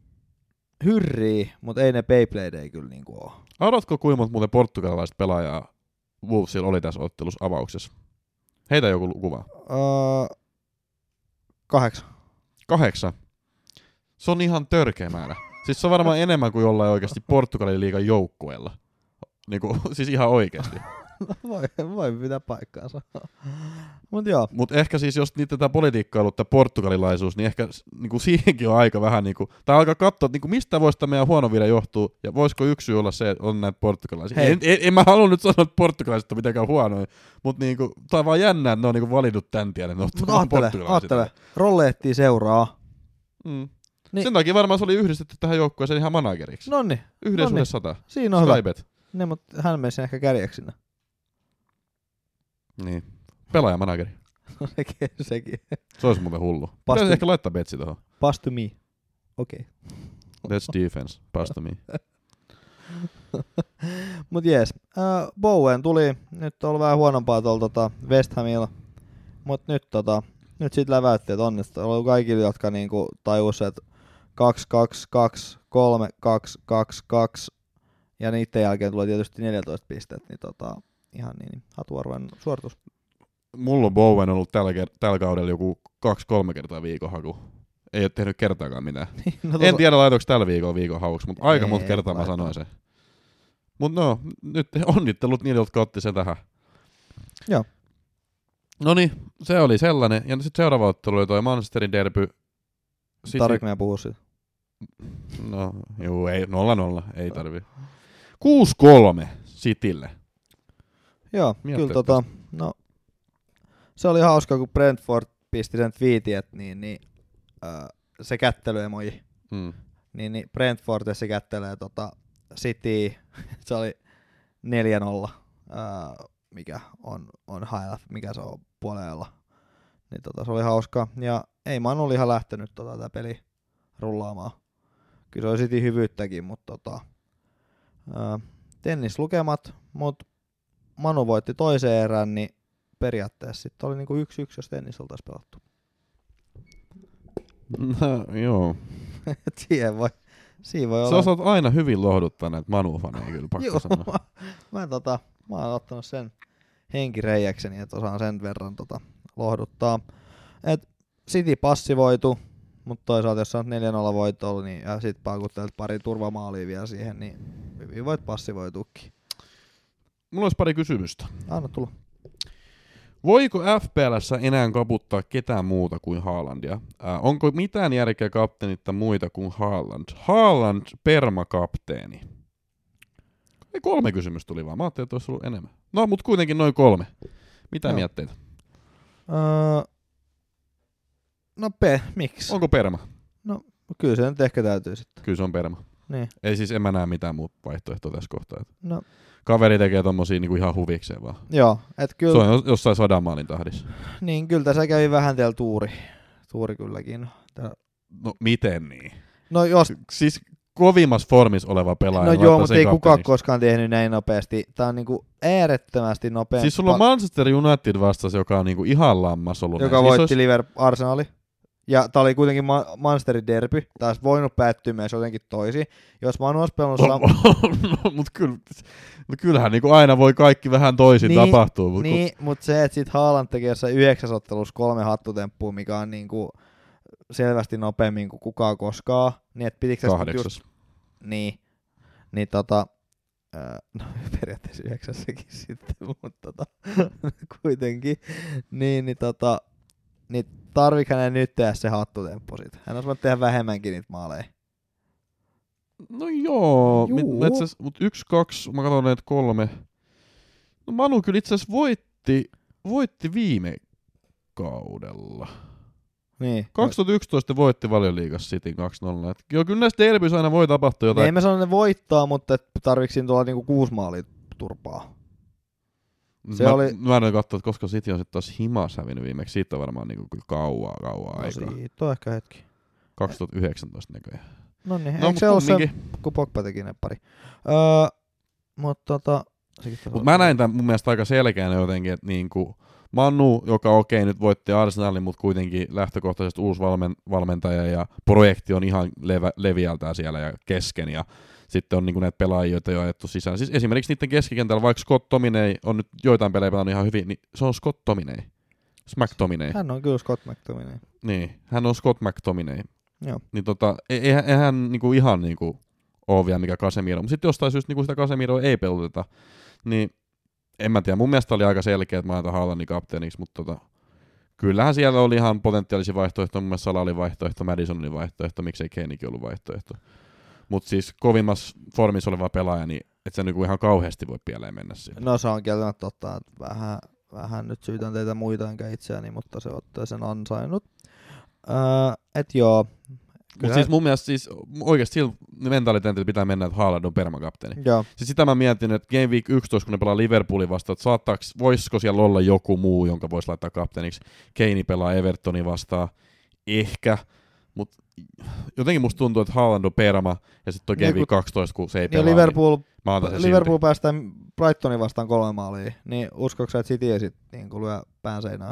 hyrriä, mutta ei ne Beyblade ei kyllä niinku oo. Arvatko, kuinka monta muuten portugalilaiset pelaajaa Wolvesilla oli tässä ottelussa avauksessa? Heitä joku kuva. Uh, kahdeksan. Kahdeksan. Se on ihan törkeä määrä. Siis se on varmaan enemmän kuin jollain oikeasti Portugalin liigan joukkueella. Niinku, siis ihan oikeasti. voi, voi pitää paikkaansa. Mut joo. Mut ehkä siis, jos niitä tätä politiikkaa on ollut, tämä portugalilaisuus, niin ehkä niinku siihenkin on aika vähän, niinku, tai alkaa katsoa, että niinku, mistä voisi tämä meidän huono vire johtuu, ja voisiko yksi syy olla se, että on näitä portugalaisia. En, en, en mä halua nyt sanoa, että portugalaiset on mitenkään huonoja, mutta niinku, tämä on vaan jännä, että ne on niinku valinnut tämän tiedän, ne Mutta aattele, aattele. Rolleettiin seuraa. Mm. Niin. Sen takia varmaan se oli yhdistetty tähän joukkueeseen ihan manageriksi. Nonni. Yhden nonni. suhde sata. Siinä on Skybet. hyvä. Ne, mutta hän menisi ehkä kärjeksi sinne. Niin. Pelaajamanageri. sekin, sekin. Se olisi muuten hullu. Pastu- Pitäisi ehkä laittaa betsi tuohon. Pass to me. Okei. Okay. That's defense. Pass to me. Mut jees. Uh, Bowen tuli. Nyt on ollut vähän huonompaa tuolla tota West Hamilla. Mut nyt tota, nyt sit läväytti, että onnistuu. On ollut kaikille, jotka niinku tajus, että kaksi kaksi kaksi kolme kaksi kaksi kaksi ja niiden jälkeen tulee tietysti neljätoista pistettä, niin tota, ihan niin hatuarvoinen suoritus. Mulla on Bowen ollut tällä, ker- tällä kaudella joku kaksi kolme kertaa viikon haku. Ei ole tehnyt kertaakaan mitään. no, En tiedä laitoinko tällä viikolla viikon hauksi, mutta aika Ei, monta kertaa mä laittaa. sanoin sen. Mut no, nyt onnittelut niille, jotka otti sen tähän. Joo. Noniin, se oli sellainen. Ja sitten seuraava ottelu oli toi Manchesterin derby. City- Tarvitsetko meidän puhua siitä? No, juu, ei, nolla nolla, ei tarvi. kuusi kolme Citylle. Joo, Mietteet kyllä tota, no, se oli hauska, kun Brentford pisti sen twiitin, että niin, niin, äh, se kättelyemoji, Mm. niin, niin Brentford se kättelee tota City, se oli neljä nolla, äh, mikä on, on high, mikä se on puolella. Niin tota, se oli hauska, ja ei Manu oli ihan lähtenyt tota, tätä peli rullaamaan. Kyllä se oli City hyvyyttäkin, mutta tota, äh, tennislukemat, mutta Manu voitti toiseen erään, niin periaatteessa sitten oli niinku yksi yksi, jos tennis oltaisi pelattu. No, joo. Siihen voi, siinä voi Sä olla. osaat aina hyvin lohduttaa näitä Manu-faneja kyllä, pakko Joo, sanoa. mä, mä, tota, mä oon ottanut sen henkireijäkseni, että osaan sen verran tota, lohduttaa. Et City passivoitu, mutta toisaalta jos sä oot neljä nolla voittolla, niin, ja sit paukuttelet pari turvamaalia vielä siihen, niin hyvin voit passivoituukin. Mulla olisi pari kysymystä. Anna tulla. Voiko F P L:ssä enää kaputtaa ketään muuta kuin Haalandia? Äh, onko mitään järkeä kapteenittaa muita kuin Haaland? Haaland permakapteeni. Ei kolme kysymystä tuli vaan. Mä ajattelin, että olisi ollut enemmän. No, mutta kuitenkin noin kolme. Mitä Joo. mietteitä? Öö, no P, miksi? Onko perma? No kyllä se nyt ehkä täytyy sitten. Kyllä se on perma. Niin. Ei siis, en mä näe mitään muuta vaihtoehtoa tässä kohtaa. No. Kaveri tekee tommosia niinku ihan huvikseen vaan. Joo, et kyllä. Se on jossain sadan maalin tahdissa. Niin, kyllä tässä kävi vähän teillä tuuri. Tuuri kylläkin. Tää... No miten niin? No jos... Siis kovimmassa formissa oleva pelaaja. No joo, mutta ei kukaan koskaan tehnyt näin nopeasti. Tää on niinku äärettömästi nopeampi. Siis sulla on Manchester United vastas, joka on niinku ihan lammas ollut. Joka näin. voitti siis olisi... Liverpool Arsenali. Ja tää oli kuitenkin Ma- Manchesterin derby. Tää olisi voinut päättyä myös jotenkin toisin. Jos Manu olisi pelannut... No, no, mut kyllä, no kyllähän niinku aina voi kaikki vähän toisin niin, tapahtua. Mut niin, kun... mutta se, että sit Haaland tekee jossain yhdeksäs ottelussa kolme hattutemppua, mikä on niinku selvästi nopeammin kuin kukaan koskaan. Niin, et pitikö kahdeksas. Just... Niin, niin tota... Äh, no periaatteessa yhdeksässäkin sitten, mutta tota, kuitenkin. Niin, niin tota... Niin tarviiko hänen nyt tehdä se hattutemppu sit? Hän olisi voinut tehdä vähemmänkin niitä maaleja. No joo, Juu. mit, itse mutta yksi, kaksi, mä katson näitä kolme. No Manu kyllä itse asiassa voitti, voitti viime kaudella. Niin. kaksituhattayksitoista voitti Valioliigassa Cityn kaksi nolla. Et joo, kyllä näistä derbyissä aina voi tapahtua jotain. Ei me sano ne voittaa, mutta tarvitsi siinä tuolla niinku kuusi maalia turpaa. Se mä, oli... mä en ole katsoa, että koska City on sitten taas himas hävinnyt viimeksi. Siitä on varmaan niinku kyllä kauaa, kauaa no, aikaa. siitä on ehkä hetki. kaksituhattayhdeksäntoista näköjään. No niin, No, eikö se ollut se, kumminkin. kun Pogba teki ne pari. Öö, mutta tota... Mut mä näin tämän mun mielestä aika selkeänä jotenkin, että niinku Manu, joka okei nyt voitti Arsenalin, mutta kuitenkin lähtökohtaisesti uusi valmen, valmentaja ja projekti on ihan levä, leviältään siellä ja kesken ja sitten on niinku näitä pelaajia, joita jo ajettu sisään. Siis esimerkiksi niiden keskikentällä, vaikka Scott Tominey on nyt joitain pelejä pelannut ihan hyvin, niin se on Scott Tominey. Smack Tominey. Hän on kyllä Scott McTominay. Niin, hän on Scott McTominay. Joo. Niin tota, eihän, eihän niinku ihan niinku ole vielä mikä Casemiro, mutta sitten jostain syystä niinku sitä Casemiroa ei peluteta, niin en mä tiedä, mun mielestä oli aika selkeä, että mä laitan Haalandin kapteeniksi, mutta tota, kyllähän siellä oli ihan potentiaalisia vaihtoehtoja, mun mielestä Salah oli vaihtoehto, Madison oli vaihtoehto, miksei Kanekin ollut vaihtoehto. Mutta siis kovimmassa formissa oleva pelaaja, niin et sä niinku ihan kauheasti voi pieleen mennä siihen. No se on kieltämättä totta, että vähän, vähän nyt syytän teitä muita enkä itseäni, mutta se ottaa sen ansainnut. Öö, et joo. Mutta siis mun mielestä siis oikeasti sillä mentaliteetillä pitää mennä, että Haaland on permakapteeni. Joo. Siis sitä mä mietin, että Game Week yksitoista, kun ne pelaa Liverpoolin vastaan, että saattaaks, voisiko siellä olla joku muu, jonka voisi laittaa kapteeniksi. Kane pelaa Evertonin vastaan, ehkä, mutta jotenkin musta tuntuu, että Haaland on perma, ja sitten toi Game Week kaksitoista, kun se ei pelaa, Liverpool, niin Liverpool päästään Brightonin vastaan kolme maalia, niin uskoiko sä, että City ei sit niin lyö pään seinään?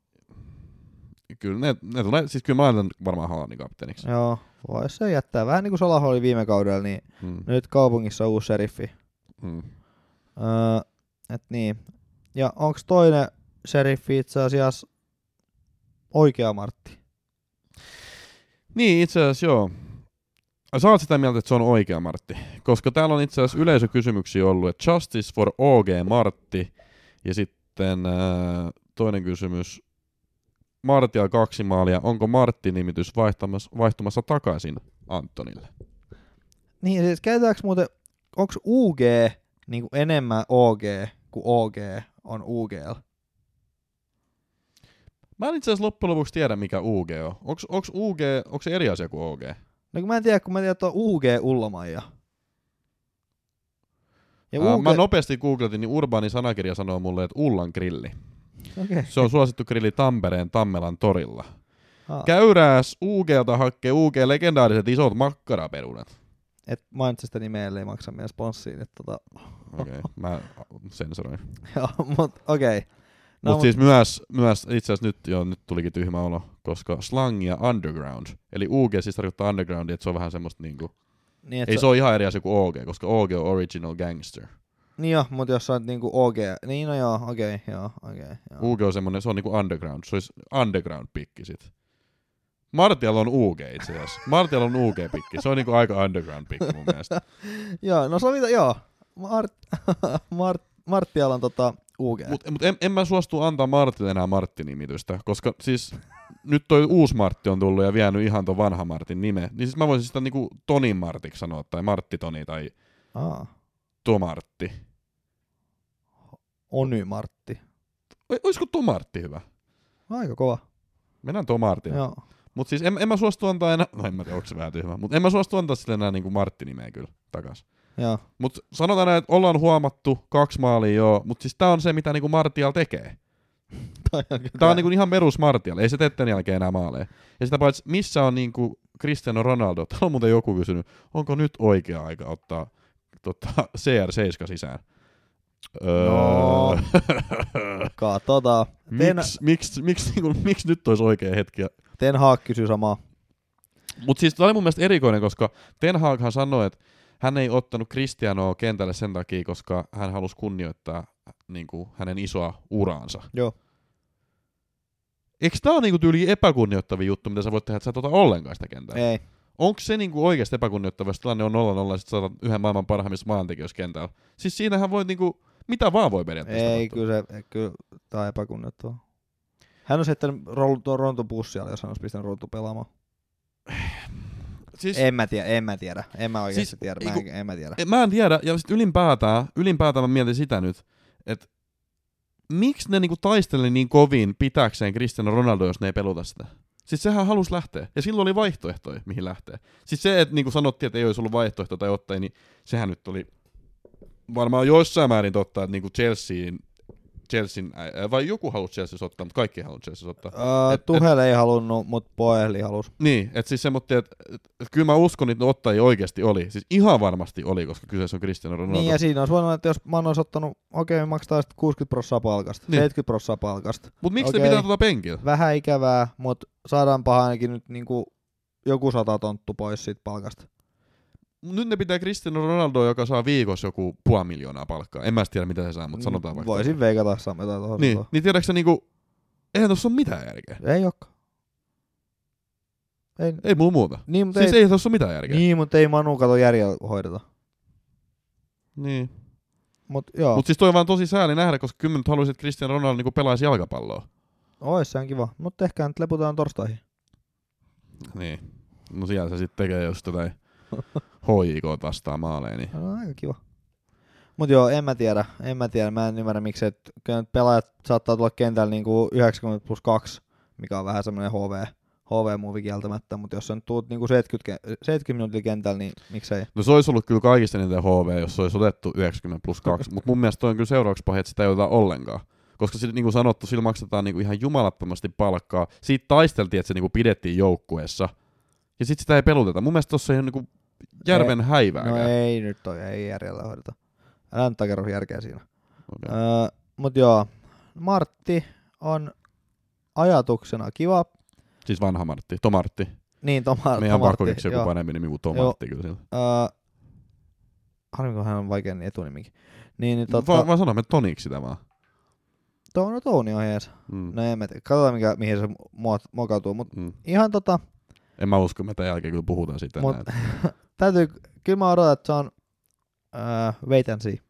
Kyllä, ne, ne tulee, siis kyllä mä laitan varmaan Haalandin kapteeniksi. Joo, vois se jättää. Vähän niin kuin Salah oli viime kaudella, niin hmm. nyt kaupungissa on uusi sheriffi. Hmm. Öö, et niin. Ja onks toinen sheriffi itse asiassa oikea Martti? Niin, itse asiassa joo. Sä oot sitä mieltä, että se on oikea Martti, koska täällä on itse asiassa yleisökysymyksiä ollut, että Justice for O G Martti, ja sitten äh, toinen kysymys, Martial kaksi maalia, onko Martti-nimitys vaihtumassa, vaihtumassa takaisin Antonille? Niin, siis käytetäänkö muuten, onko U G niin kuin enemmän O G kuin O G on U G L? Mä en itse asiassa loppujen lopuksi tiedä, mikä U G on. Onko, onko U G, onko se eri asia kuin O G? No kun mä en tiedä, kun mä tiedän, että on U G Ullamaija. Ja Ää, U G... Mä nopeasti googletin, niin Urbaani sanakirja sanoo mulle, että Ullan grilli. Okay. Se on suosittu grilli Tampereen Tammelan torilla. Ah. Käyrääs U Glta hakkee U G legendaariset isot makkaraperunat. Et Manchester nimeelle ei maksa meidän sponssiin. Tota... Okei, okay, mä sensuroin. Joo, mut okei. Okay. No, Mut mut... siis myös, myös itse asiassa nyt, joo, nyt tulikin tyhmä olo, koska slang ja underground. Eli U G siis tarkoittaa undergroundia, että se on vähän semmoista niinku... Niin, ei se... se ole ihan eri asia kuin O G, koska O G on original gangster. Niin joo, mutta jos sä oot niinku O G, niin no joo, okei, okay, joo, okei. Okay, U G on semmonen, se on niinku underground, se olisi underground pikki sit. Martial on U G itse asiassa. Martial on U G-pikki, se on niinku aika underground pikki mun mielestä. Joo, no sovita, joo. Mart, Mart, Martial on tota U G. Mut, mut en, en mä suostu antaa Martille enää Martti-nimitystä, koska siis nyt toi uusi Martti on tullut ja vienyt ihan ton vanha Martin nime. Niin siis mä voisin sitä niinku Toni Martiksi sanoa, tai Martti Toni, tai Aa. Tomartti. Ony Martti. Olisiko Tomartti hyvä? Aika kova. Mennään Tomartilla. Joo. Mut siis en, en mä suostu antaa enää, no en mä tiedä, onko se vähän tyhmä, mut en mä suostu antaa sille enää niinku Martti-nimeä kyllä takas. Joo. Mut sanotaan näin, että ollaan huomattu, kaksi maalia joo, mut siis tää on se, mitä niinku Martial tekee. Tää on niinku ihan perus Martial, ei se tee tän jälkeen enää maaleja. Ja sitä paitsi, missä on niinku Cristiano Ronaldo, täällä on muuten joku kysynyt, onko nyt oikea aika ottaa tota, C R seitsemän sisään? No, katsotaan. Ten, Miksi miks, miks, niinku, miks nyt olisi oikea hetki? Ten Hag kysyy samaa. Mut siis tää oli mun mielestä erikoinen, koska Ten Haghan sanoi, että hän ei ottanut Cristianoa kentälle sen takia, koska hän halusi kunnioittaa niinku, hänen isoa uraansa. Joo. Eikö tää ole niinku tyyli epäkunnioittavia juttu, mitä sä voit tehdä, että sä et ota ollenkaan sitä kentällä? Ei. Onko se niinku oikeasti epäkunnioittava, jos tilanne on nolla nolla ja sit sä otat yhden maailman parhaimmista maailmantekijöistä kentällä? Siis siinähän voi niinku, mitä vaan voi periaatteessa Ei, tapahtua. kyllä se, kyllä tää on epäkunnioittavaa. Hän olisi heittänyt Ronto bussialle, jos hän olisi pistänyt Ronto pelaamaan. Siis, En mä tiedä, en mä tiedä. En mä oikeasti Siis, tiedä, mä en, en mä tiedä. mä en tiedä, ja sit ylipäätään, ylipäätään mä mietin sitä nyt, että miksi ne niinku taisteli niin kovin pitääkseen Cristiano Ronaldo, jos ne ei peluta sitä? Siis sehän halusi lähteä, ja silloin oli vaihtoehtoja, mihin lähteä. Siis se, että niinku sanottiin, että ei olisi ollut vaihtoehto tai ottajia, niin sehän nyt oli varmaan joissain määrin totta, että niinku Chelseain, Chelseain, vai joku halusi Chelseassa ottaa, mutta kaikki ei halunnut Chelseassa ottaa. Öö, et, Tuhel et, ei halunnut, mutta Boehli halusi. Niin, että siis semmoinen, että et, et, kyllä mä uskon, että ne ottajia oikeasti oli. Siis ihan varmasti oli, koska kyseessä on Cristiano Ronaldo. Niin, ja siinä olisi voinut, että jos Manu olisi ottanut, okei, okay, maksetaan sitten kuusikymmentä prosenttia palkasta, niin. seitsemänkymmentä prosenttia palkasta. Mut miksi okay. ne pitää tuota penkillä? Vähän ikävää, mutta saadaanpa ainakin nyt niinku joku sata tonttu pois siitä palkasta. Nyt ne pitää Cristiano Ronaldo, joka saa viikossa joku puoli miljoonaa palkkaa. En mä tiedä, mitä se saa, mutta sanotaan vaikka. Voisin veikata jotain tuohon. Niin, niin tiedätkö sä niinku, eihän tossa ole mitään järkeä. Ei olekaan. Ei, Ei mulla muuta. niin, mutta Siis ei, ei tossa ole mitään järkeä. niin, mutta ei Manu kato järjellä hoideta. Niin. Mut joo, Mut siis toi on vaan tosi sääli nähdä, koska kyllä mä nyt haluaisin, että Cristiano Ronaldo niinku pelaisi jalkapalloa. ois se on kiva. Mutta ehkä nyt leputaan torstaihin. Niin. No siellä se sitten tekee just jotain H J K vastaan maaleja, niin. No, aika kiva. Mut joo, en mä tiedä. En mä tiedä. Mä en ymmärrä miksi, että kyllä nyt pelaajat saattaa tulla kentällä niinku yhdeksänkymmentä plus kaksi, mikä on vähän semmoinen H V, H V-muovi kieltämättä, mutta jos sä nyt tuut niinku seitsemänkymmentä, seitsemänkymmentä minuuttia kentällä, niin miksei? No se olisi ollut kyllä kaikista niitä H V, jos se olisi otettu yhdeksänkymmentä plus kaksi, mutta mun mielestä toi on kyllä seuraavaksi pahe, että sitä ei oteta ollenkaan. Koska sit, niin kuin sanottu, sillä maksetaan niinku ihan jumalattomasti palkkaa. Siitä taisteltiin, että se niinku pidettiin joukkueessa. Ja sit sitä ei peluteta. Mun mielestä tossa ei ole niinku järven ei, häivääkään. No ei nyt toi, ei järjellä hoideta. Älä nyt kerro järkeä siinä. Okay. Öö, mut joo, Martti on ajatuksena kiva. Siis vanha Martti, Tomartti. Niin, Toma, Meidän on pakko Tomartti, keksiä joku joo. parempi nimi kuin Tomartti kyllä sillä. Öö, harmi, hän on vaikea niin etunimikin. Niin, niin tota, Vaan, vaan sanomme Toniksi sitä vaan. to, no Touni on jees. Mm. No en mä tiedä, katsotaan mikä, mihin se muot, mokautuu, mut Mm. ihan tota, En mä usko, että tämän jälkeen kyllä puhutaan siitä mut, enää. täytyy, kyllä mä odotan, että se on öö, wait and see.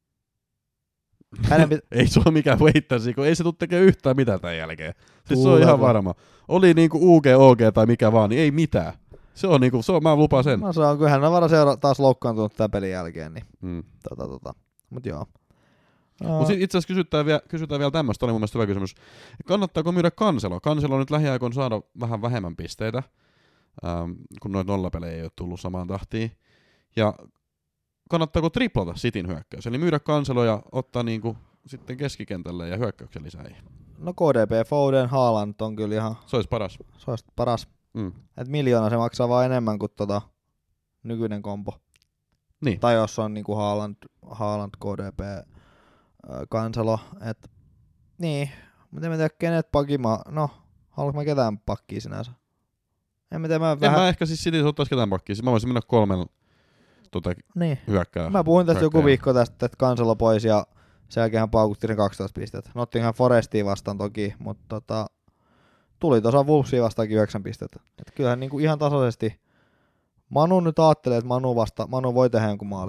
Hänen pit- Ei se ole mikään weittäsi, kun ei se tule tekemään yhtään mitään tämän jälkeen. Siis se on Tulee ihan vaan. varma. Oli niinku U G, O G tai mikä vaan, niin ei mitään. Se on niinku, se on, mä lupaan sen. No se on, kyllähän on vara seura- taas loukkaantunut tämän pelin jälkeen, niin Mm. tota tota. Mut joo. Mut sit itse asiassa kysytään vielä, kysytään vielä tämmöistä, oli mun mielestä hyvä kysymys. Kannattaako myydä Cancelo? Cancelo on nyt lähiaikoina saada vähän vähemmän pisteitä, ähm, kun noita nollapelejä ei ole tullut samaan tahtiin. Ja kannattaako triplata Cityn hyökkäys? Eli myydä Cancelo ja ottaa niinku sitten keskikentälle ja hyökkäyksen lisää. No K D P, Foden, Haaland on kyllä ihan, Se olisi paras. se olisi paras. Mm. Et miljoona se maksaa vaan enemmän kuin tota nykyinen kompo. Niin. Tai jos on niinku Haaland, Haaland K D P, äh, Cancelo, et niin, mutta en mä tiedä kenet pakima, no, haluanko mä ketään pakkia sinänsä? En mä tiedä, mä En vähän, mä ehkä siis Cityssä ottaisi ketään pakkia. Siis mä voisin mennä kolmen tota, niin. hyökkää. Mä puhuin tästä joku hyökkääjää. viikko tästä, että Cancelo pois ja sen jälkeen hän paukutti sen kaksitoista pistettä. Nottingham Forestia vastaan toki, mutta tota, tuli tuossa Wolvesia vastaankin yhdeksän pistettä. Et kyllähän niinku ihan tasaisesti Manu nyt ajattelee, että Manu, vasta, Manu voi tehdä jonkun maali.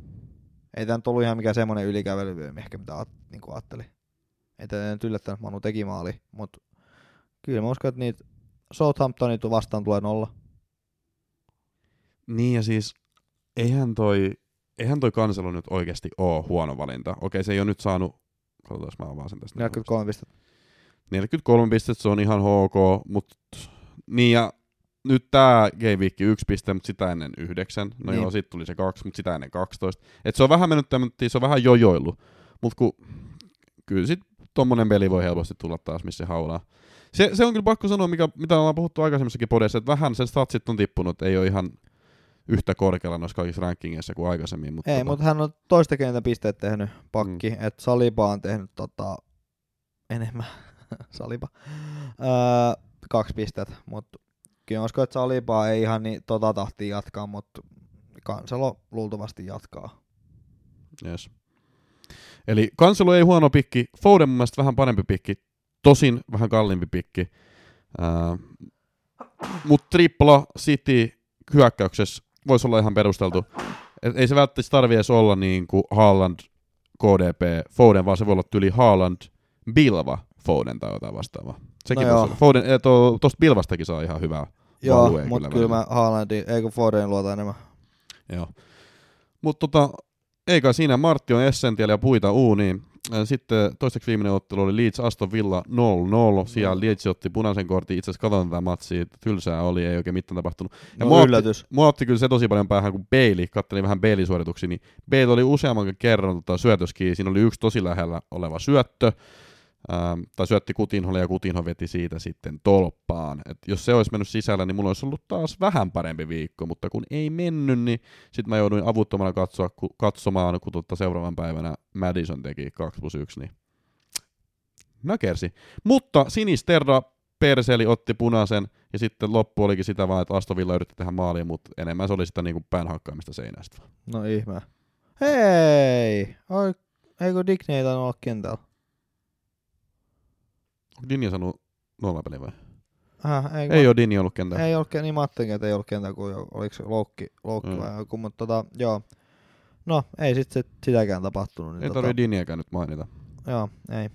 Ei tämä nyt ollut ihan mikään semmoinen ylikävely, ehkä mitä aat, niinku ajattelin. Ei tämä nyt yllättänyt, että Manu teki maali, mutta kyllä mä uskon, että niitä Southamptonit vastaan tulee nolla. Niin ja siis, eihän toi, eihän toi Cancelo nyt oikeasti oo huono valinta. Okei, se ei ole nyt saanut, katsotaan mä avaan sen tästä. neljäkymmentäkolme pistettä. neljäkymmentäkolme pistettä, se on ihan ok, mutta Niin ja nyt tää game week yksi piste, mutta sitä ennen yhdeksän. No Niin. joo, sit tuli se kaksi, mutta sitä ennen kaksitoista. Et se on vähän mennyt tämmöinen, se on vähän jojoillu. Mut kun kyllä sit tommonen peli voi helposti tulla taas, missä se haulaa. Se, se on kyllä pakko sanoa, mikä, mitä ollaan puhuttu aikaisemmissakin podeissa, että vähän sen statsit on tippunut, ei ole ihan yhtä korkealla noissa kaikissa rankingeissa kuin aikaisemmin. Mutta Ei, tota, mutta hän on toista kentän pisteet tehnyt pakki, mm. että Saliba on tehnyt tota, enemmän. Saliba. Öö, kaksi pistettä, mutta kyllä uskon, että Salibaa ei ihan niin tota tahtia jatkaa, mutta Kanselo luultavasti jatkaa. Yes. Eli Kanselo ei huono pikki, Foden mun mielestä vähän parempi pikki, tosin vähän kalliimpi pikki. Uh, mutta tripla City hyökkäyksessä voisi olla ihan perusteltu. Et ei se välttämättä tarvitse edes olla niin kuin Haaland, K D P, Foden, vaan se voi olla tyli Haaland, Bilva, Foden tai jotain vastaavaa. Sekin No voisi olla. Foden, tuosta Bilvastakin saa ihan hyvää. Joo, mutta kyllä mä Haalandin, eikö Foden luota enemmän. Joo. Mutta tota, ei kai siinä, Martti on Essential ja puita uuniin. Sitten toiseksi viimeinen ottelu oli Leeds Aston Villa nolla nolla. Siellä Leeds otti punaisen kortin. Itse asiassa katsotaan tätä matsia. Tylsää oli, ei oikein mitään tapahtunut. Ja No mua, yllätys. otti, mua otti kyllä se tosi paljon päähän, kun Bailey, katselin vähän Bailey-suorituksia, niin Bailey oli useamman kerran tota, syötöskiin. Siinä oli yksi tosi lähellä oleva syöttö. Ähm, tai syötti Coutinholle ja Coutinho veti siitä sitten tolppaan. Et jos se olisi mennyt sisällä, niin mulla olisi ollut taas vähän parempi viikko, mutta kun ei mennyt, niin sitten mä jouduin avuttomana katsoa, ku, katsomaan, kun totta seuraavan päivänä Madison teki kaksi plus yksi, niin näkersi. Mutta Sinisterra Perseli otti punaisen, ja sitten loppu olikin sitä vaan, että Aston Villa yritti tehdä maalia, mutta enemmän se oli sitä niinku pään hakkaamista seinästä. No ihme. Hei! Oi, eikö Digne ei tainnut olla kentällä? Onko Dinja sanonut nollapeli vai? Äh, ei, Ei ole Dinja ollut kentällä. Ei ollut, niin mä ajattelin, että ei ollut kentällä, kun jo, oliko se loukki, loukki Mm. vai joku, mutta tota, joo. No, ei sit sit sitäkään tapahtunut. Niin Ei tota, tarvitse Dinjääkään nyt mainita. Joo, ei.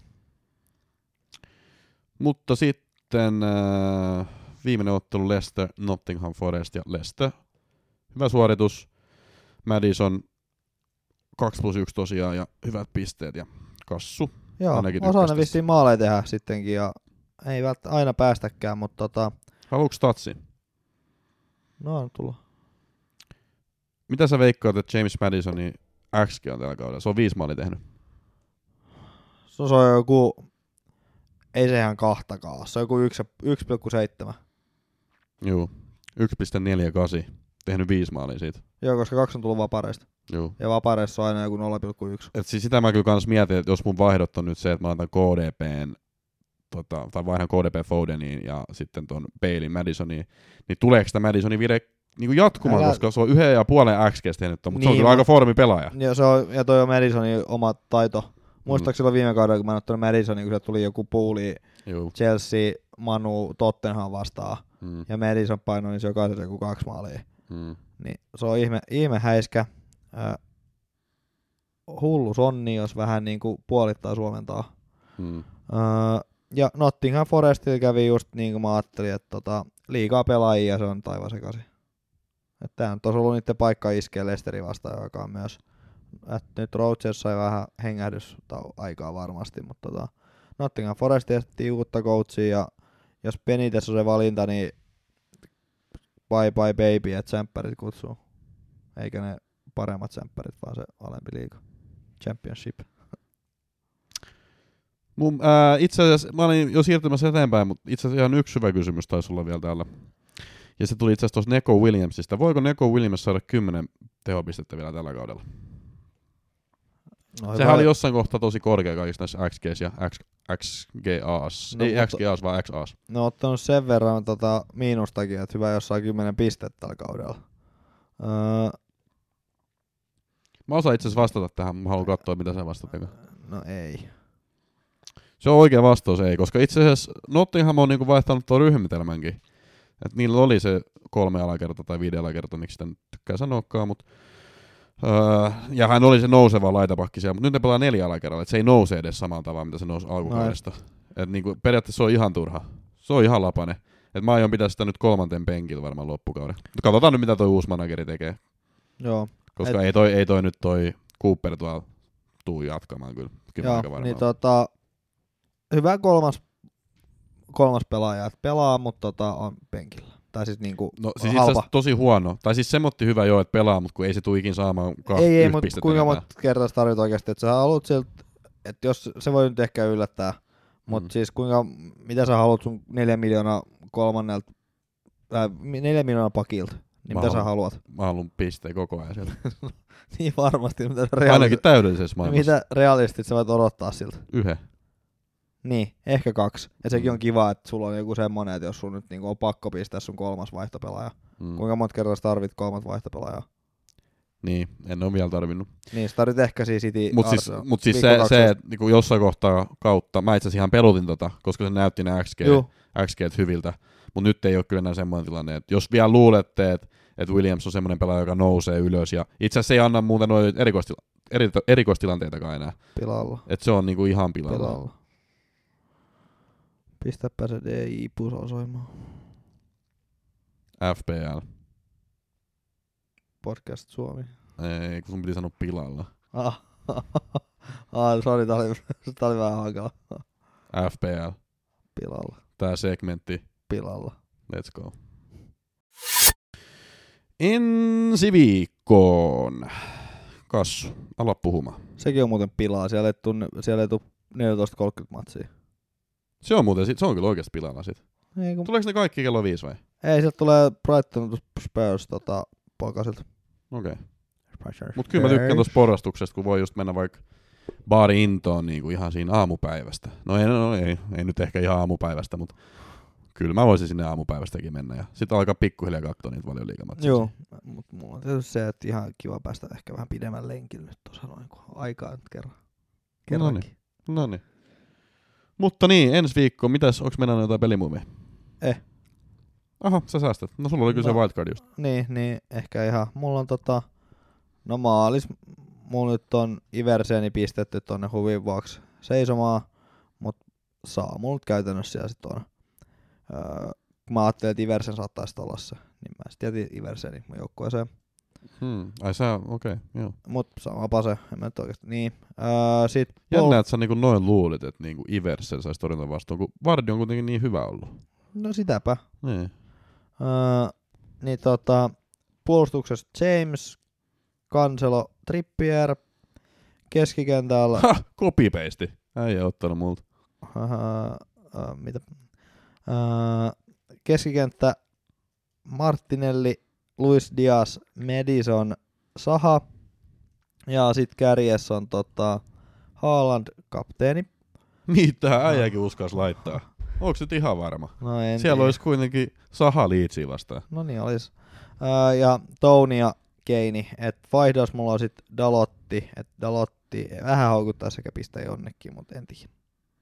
Mutta sitten äh, viimeinen ottelu Leicester, Nottingham Forest ja Leicester. Hyvä suoritus. Madison kaksi plus yksi tosiaan ja hyvät pisteet ja kassu. Joo, Ainakin osaa ne tykkäsi vissiin maaleja tehdä sittenkin ja ei välttämättä aina päästäkään, mutta tota, Haluatko statsi? no on tullut. Mitä sä veikkaat, että James Madisonin X G on tällä kaudella? Se on viisi maalia tehnyt. Se on joku, ei se ihan kahtakaan, se on joku yksi pilkku seitsemän. Juu, yksi pilkku neljäkymmentäkahdeksan. Tehnyt viisi maalia siitä. Joo, koska kaksi on tullut vapareista. Juu. Ja vapareissa on aina joku nolla pilkku yksi. Et siis sitä mä kyllä kans mietin, että jos mun vaihdot on nyt se, että mä otan K D P:n, tota, tai vaihdan K D P Fodeniin ja sitten ton Balein Madisoniin, niin tuleeko sitä Madisonin vire niin jatkumaan, Älä... koska se on yhden ja puolen X G:stä tehnyt ton, mutta niin, se on Niin, kyllä mä... aika formi pelaaja. Ja, se on, ja toi on Madisonin oma taito. Muistaakseni mm. viime kaudella, kun mä en ottanut Madisonin, kun sieltä tuli joku puuli Chelsea, Manu, Tottenham vastaan, mm. ja Madison painoi niin se jokaisessa joku kaksi maalia. Mm. Niin se on ihme, ihme häiskä. Äh, hullu sonni, jos vähän niin kuin puolittaa suomentaa. Mm. Äh, ja Nottingham Forestilla kävi just niin kuin mä ajattelin, että tota, liikaa pelaajia se on taivaan sekaisin. Että tää on tos ollut niiden paikka iskeä Leicesterin vastaan, joka on myös. Et nyt Rodgers sai vähän hengähdysaikaa varmasti, mutta tota, Nottingham Forest tehtiin uutta coachia ja jos Benitez on se valinta, niin bye bye baby, että tsemppärit kutsuu. Eikä ne paremmat tsemppärit, vaan se alempi liiga. Championship. Mun, ää, itse asiassa, mä olin jo siirtymässä eteenpäin, mutta itse asiassa ihan yksi hyvä kysymys taisi olla vielä täällä. Ja se tuli itse asiassa tuossa Neko Williamsista. Voiko Neko Williams saada kymmenen tehopistettä vielä tällä kaudella? No, sehän oli jossain kohtaa tosi korkea kaikissa näissä X G:s ja X, X G A's. No, ei mutta, X G A's, vaan X A's. No ottanut sen verran tota, miinustakin, että hyvä jos saa kymmenen pistettä tällä kaudella. Öö, Mä osaan itse asiassa vastata tähän, mä haluan katsoa mitä sä vastaat. No ei. Se on oikea vastaus, ei, koska itse asiassa Nottingham on niinku vaihtanut tuon ryhmitelmänkin. Et niillä oli se kolme alakerta tai viiden alakerta, miksi sitä nyt tykkää sanoakaan, mutta öö, ja hän oli se nouseva laitapakki siellä, mutta nyt ne pelaa neljä alakerralla, että se ei nouse edes samalla tavalla, mitä se nousi alkukaudesta. Et niinku, periaatteessa se on ihan turha. Se on ihan lapane. Et mä aion pitää sitä nyt kolmanten penkillä varmaan loppukauden. Katsotaan nyt, mitä toi uusi manageri tekee. Joo. Koska Et... ei, toi, ei toi nyt toi Cooper tuolla tuu jatkamaan kyllä. Joo, niin tota, hyvä kolmas, kolmas pelaaja, että pelaa, mutta tota, on penkillä. Tai siis niinku No siis halpa. itse tosi huono. Tai siis semmotti hyvä jo, että pelaa, mutta kun ei se tule ikin saamaan kahta Ei, ei, yhtä mutta pistettä kuinka enää. monta kertaa sä tarvit oikeasti, että sä haluat siltä, että jos se voi nyt ehkä yllättää, mutta Mm. siis kuinka, mitä sä haluat sun neljä miljoonaa kolmannelta, äh, neljä miljoonaa pakilta, niin Mä mitä sä haluan- haluat? Mä haluan pisteen koko ajan sieltä. Niin varmasti, mitä Ainakin realisti, täydellisessä maailmassa. mitä realistit sä voit odottaa siltä? Yhden. Niin, ehkä kaksi. Ja sekin Mm. on kiva, että sulla on joku semmonen, että jos sun nyt niinku on pakko pistää sun kolmas vaihtopelaaja. Mm. Kuinka monta kertaa sä tarvit kolmat vaihtopelaajaa? Niin, en ole vielä tarvinnut. Niin, sä tarvit ehkä siis City Mutta siis, Arsenal. mut siis Viikko se, kaksi se jos- että niinku jossain kohtaa kautta, mä itse asiassa ihan pelutin tota, koska se näytti ne X G, Juu. X G hyviltä. Mutta nyt ei ole kyllä enää semmoinen tilanne, että jos vielä luulette, että et Williams on semmoinen pelaaja, joka nousee ylös, ja itse asiassa se ei anna muuten noita erikoistila- eri, erikoistilanteitakaan enää. Pilalla. Että se on niinku ihan pilalla. Pilalla. Pistäpä se D I-puso soimaan. F P L. Podcast Suomi. Ei, kun sun piti sanoa pilalla. Ah, ah sori, tää oli, tää oli vähän hankala. F P L. Pilalla. Tää segmentti. Pilalla. Let's go. Ensi viikkoon. Kassu, ala puhumaan. Sekin on muuten pilaa. Siellä ei tuu, siellä ei tuu neljätoista kolmekymmentä matsia. Se on muuten, sit- se on kyllä oikeasti pilalla sit. Ei, kun... Tuleeko ne kaikki kello viisi vai? ei sieltä tulee Brighton Spurs tota, pakasilta. Okei. Okay. Mut kyllä mä tykkään tosta porrastuksesta, kun voi just mennä vaikka baari intoon niinku ihan siinä aamupäivästä. No ei, no ei, ei nyt ehkä ihan aamupäivästä, mutta kyllä mä voisin sinne aamupäivästäkin mennä. Ja sit alkaa pikkuhiljaa katsoa niitä Valioliigamatseja. Joo, mutta mulla on tietysti se, että ihan kiva päästä ehkä vähän pidemmän lenkillä nyt tuossa noin, kun aikaa nyt kerran. Kerrankin. No niin. Mutta niin, ensi viikko, mitäs, onks mennään jotain pelimuoveja? Eh. Aha, sä säästät. No sulla oli kyllä No. se wildcard just. Niin, niin, ehkä ihan. Mulla on tota, no maalis, mulla nyt on Iverseni pistetty tonne huvin vuoksi seisomaan, mut saa mulla nyt käytännössä siellä sit on. Öö, kun mä ajattelin, että Iversen saattaisi olla se, niin mä sit jätin Iverseni mun joukkueeseen. Hmm. Ai sä, okei, okay, joo. Mut samapa se, en mä nyt oikeesti, niin. Öö, sit Jännä, että sä niinku noin luulit, että niinku Iversen saisi torjunta vastuun, kun Vardy on kuitenkin niin hyvä ollut. no sitäpä. Niin. Öö, niin tota, puolustuksessa James, Cancelo, Trippier, keskikentällä Ha! Copy-paste. Äijä ottanut multa. öö, öö, mitä? Öö, keskikenttä Martinelli, Luis Diaz, Madison, Saha ja sit kärjessä on tota Haaland kapteeni. Mitä äijäkin uskas laittaa? Onko nyt ihan varma? No en Siellä tiedä. olisi kuitenkin Saha Leedsiä vastaan. No niin olis. Öö, ja Tony ja Keini. Et vaihdos mulla on sit Dalotti. Et Dalotti vähän haukuttaa sekä pistä jonnekin, mut en tiedä.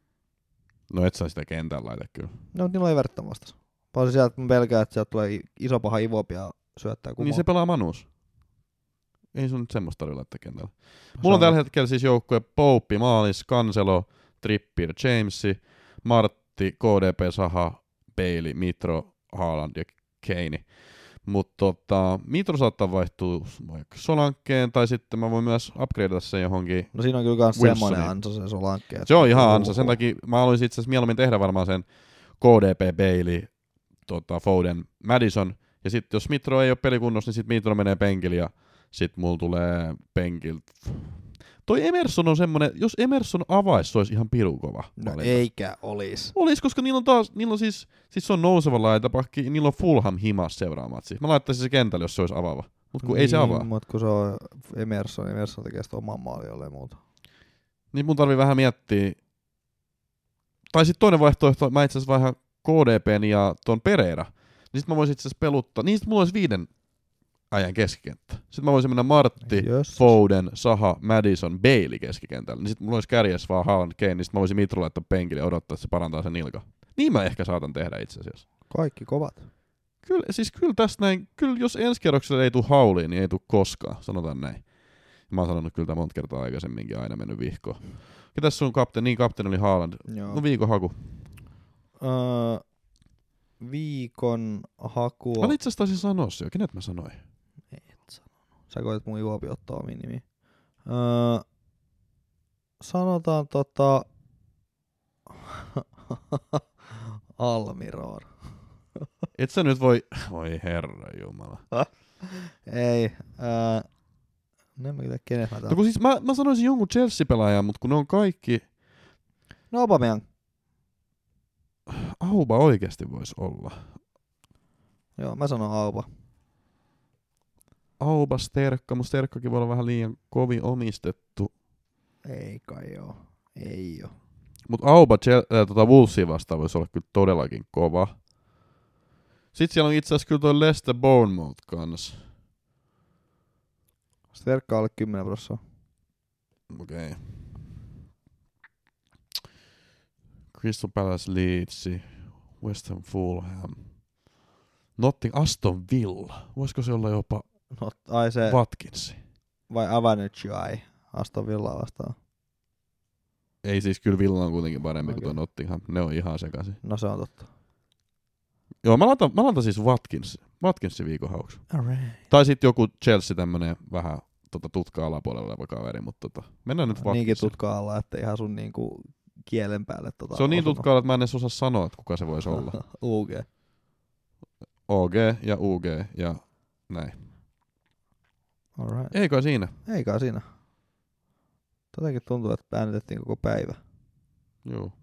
No et saa sitä kentän laita kyllä. No mut niillä on Everton vastas. Vaan sieltä mä pelkään, että sieltä tulee i- iso paha Ivopi ja syöttää kumoon. Niin se pelaa Manus. Ei sun nyt semmoista tarvitse laittaa kentällä. Mulla on tällä hetkellä siis joukkue Pouppi, Maalis, Cancelo, Trippier, Jamesi, Martti, K D P, Saha, Bailey, Mitro, Haaland ja Keini. Mutta tota, Mitro saattaa vaihtua vaikka Solankkeen, tai sitten mä voin myös upgradeata sen johonkin. No siinä on kyllä kans Wilsoni. semmoinen ansa se Solankke. Se on ihan ansa, sen takia mä haluaisin itse asiassa mieluummin tehdä varmaan sen K D P, Bailey, tota, Foden, Madison, ja sitten jos Mitro ei ole pelikunnossa, niin sitten Mitro menee penkille, ja sitten mulla tulee penkiltä. Toi Emerson on semmonen, jos Emerson avaisi, se olisi ihan pirun kova No valinta. eikä olis. Olis, koska niillä on taas, niillä on siis, siis se on nouseva laitapakki, niillä on Fulham himas seuraamatsi. Mä laittaisin se kentälle, jos se olisi avaava. Mut kun niin, ei se avaa. Mut kun se on Emerson, Emerson tekee sitä oman maali jollei muuta. Niin mun tarvii vähän miettiä. Tai sitten toinen vaihtoehto, mä itse asiassa vaihan K D P:n ja ton Pereira. Niin sit mä voisin itse asiassa peluttaa. Niin sit mulla olisi viiden ajan keskikenttä. Sitten mä voisin mennä Martti, Jös. Foden, Saha, Madison, Bailey keskikentällä. Niin sit mulla olisi kärjessä vaan Haaland, Kane, niin sit mä voisin Mitro laittaa penkille ja odottaa, että se parantaa sen nilka. Niin mä ehkä saatan tehdä itse asiassa. Kaikki kovat. Kyllä, siis kyllä tästä näin, kyllä jos ensi kerroksella ei tule hauliin, niin ei tule koskaan, sanotaan näin. Mä oon sanonut kyllä monta kertaa aikaisemminkin aina mennyt vihkoon. Ketäs sun kapteeni? Niin kapteeni oli Haaland. Joo. No viikon haku. Öö, viikon hakua. Mä itse asiassa taisin sanoa se jo. Kenet mä sanoin? Et sanonut. Sä koetat mun Juopi ottaa omiin nimiin. Öö, sanotaan tota... Almiroon. Et sä nyt voi... Voi herra jumala. Ei. Äh, no en mä tiedä, kenet mä No kun siis mä, mä sanoisin jonkun Chelsea-pelaajan, mutta kun ne on kaikki... No Aubameyang. Auba oikeasti voisi olla. Joo, mä sanon Auba. Auba, Sterkka, mutta Sterkkakin voi olla vähän liian kovin omistettu. Ei kai joo. Ei joo. Mutta Auba Chel- äh, tota Wolvesia vastaan voisi olla kyllä todellakin kova. Sitten siellä on itse asiassa kyllä toi Leicester Bournemouth kanssa. Sterkka alle kymmenen prosenttia. Okei. Okay. Crystal Palace, Leeds, West Ham, Fulham. Notting, Aston Villa. Voisiko se olla jopa No, ai se, Watkins? vai Avanujai Aston Villaa vastaan. Ei siis, kyllä Villa on kuitenkin parempi Okei. kuin tuo Nottingham. Ne on ihan sekaisin. No se on totta. Joo, mä laitan, mä laitan siis Watkins. Watkinsin viikon hauksi. Alright. Tai sitten joku Chelsea tämmönen vähän tota, tutka alapuolella oleva kaveri, mutta tota, mennään nyt Niinkin Watkinsin. tutka alla, että ihan sun niinku kielen päälle tota Se on niin osunut. tutka alla, että mä en edes osaa sanoa, että kuka se voisi olla. U G. O G ja U G ja näin. Alright. Ei kai siinä. Ei kai siinä. Jotenkin tuntuu, että äänitettiin koko päivä. Joo.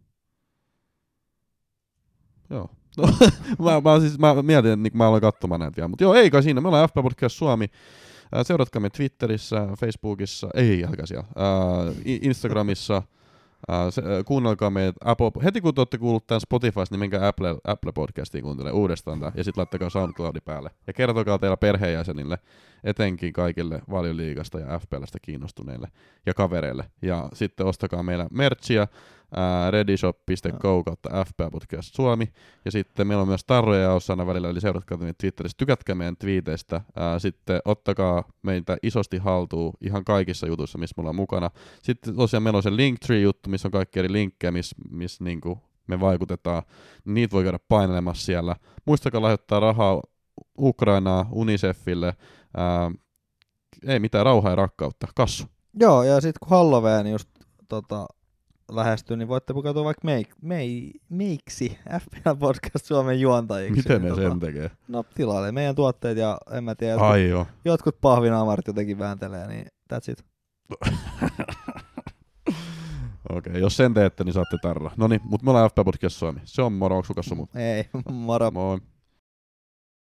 Joo. No, mä, mä, siis, mä mietin, että mä aloin katsomaan näitä vielä, mutta joo, ei kai siinä. Me ollaan F P Podcast Suomi. Äh, Seuratkaamme Twitterissä, Facebookissa, ei älkää siellä, äh, Instagramissa. Uh, se, uh, kuunnelkaa meitä Apple, heti kun te olette kuullut tämän Spotifysta, niin menkää Apple, Apple Podcastiin kuuntelemaan uudestaan tää, ja sitten laittakaa SoundCloudi päälle. Ja kertokaa teillä perheenjäsenille, etenkin kaikille Valioliigasta ja F P L:stä kiinnostuneille ja kavereille. Ja sitten ostakaa meillä merchia, uh, readyshop piste co kautta F P Podcast Suomi. Ja sitten meillä on myös tarroja jaossa aina välillä, eli seuratkaa meitä Twitterissä, tykätkää meidän twiiteistä. Uh, sitten ottakaa meitä isosti haltuun ihan kaikissa jutuissa, missä me ollaan mukana. Sitten tosiaan meillä on se Linktree-juttu, missä on kaikki eri linkkejä, missä miss niinku me vaikutetaan. Niitä voi käydä painelemassa siellä. Muistakaa lahjoittaa rahaa Ukrainaa, Unicefille. Ää, ei mitään, rauhaa ja rakkautta. Kassu. Joo, ja sitten kun Halloween just tota, lähestyy, niin voitte pukeutua vaikka meik, mei, meiksi F P L Podcast Suomen juontajiksi. Miten ne tota, sen tekee? No tilailee meidän tuotteet ja en mä tiedä, jotkut, Ai joo. jotkut pahvinaamarit jotenkin vääntelee, niin that's it. Okei, okay, jos sen teette, niin saatte tarra. Noniin, mutta me ollaan F P Podcast Suomi. Se on moro, onko sun kanssa muu? Ei, moro. Moi.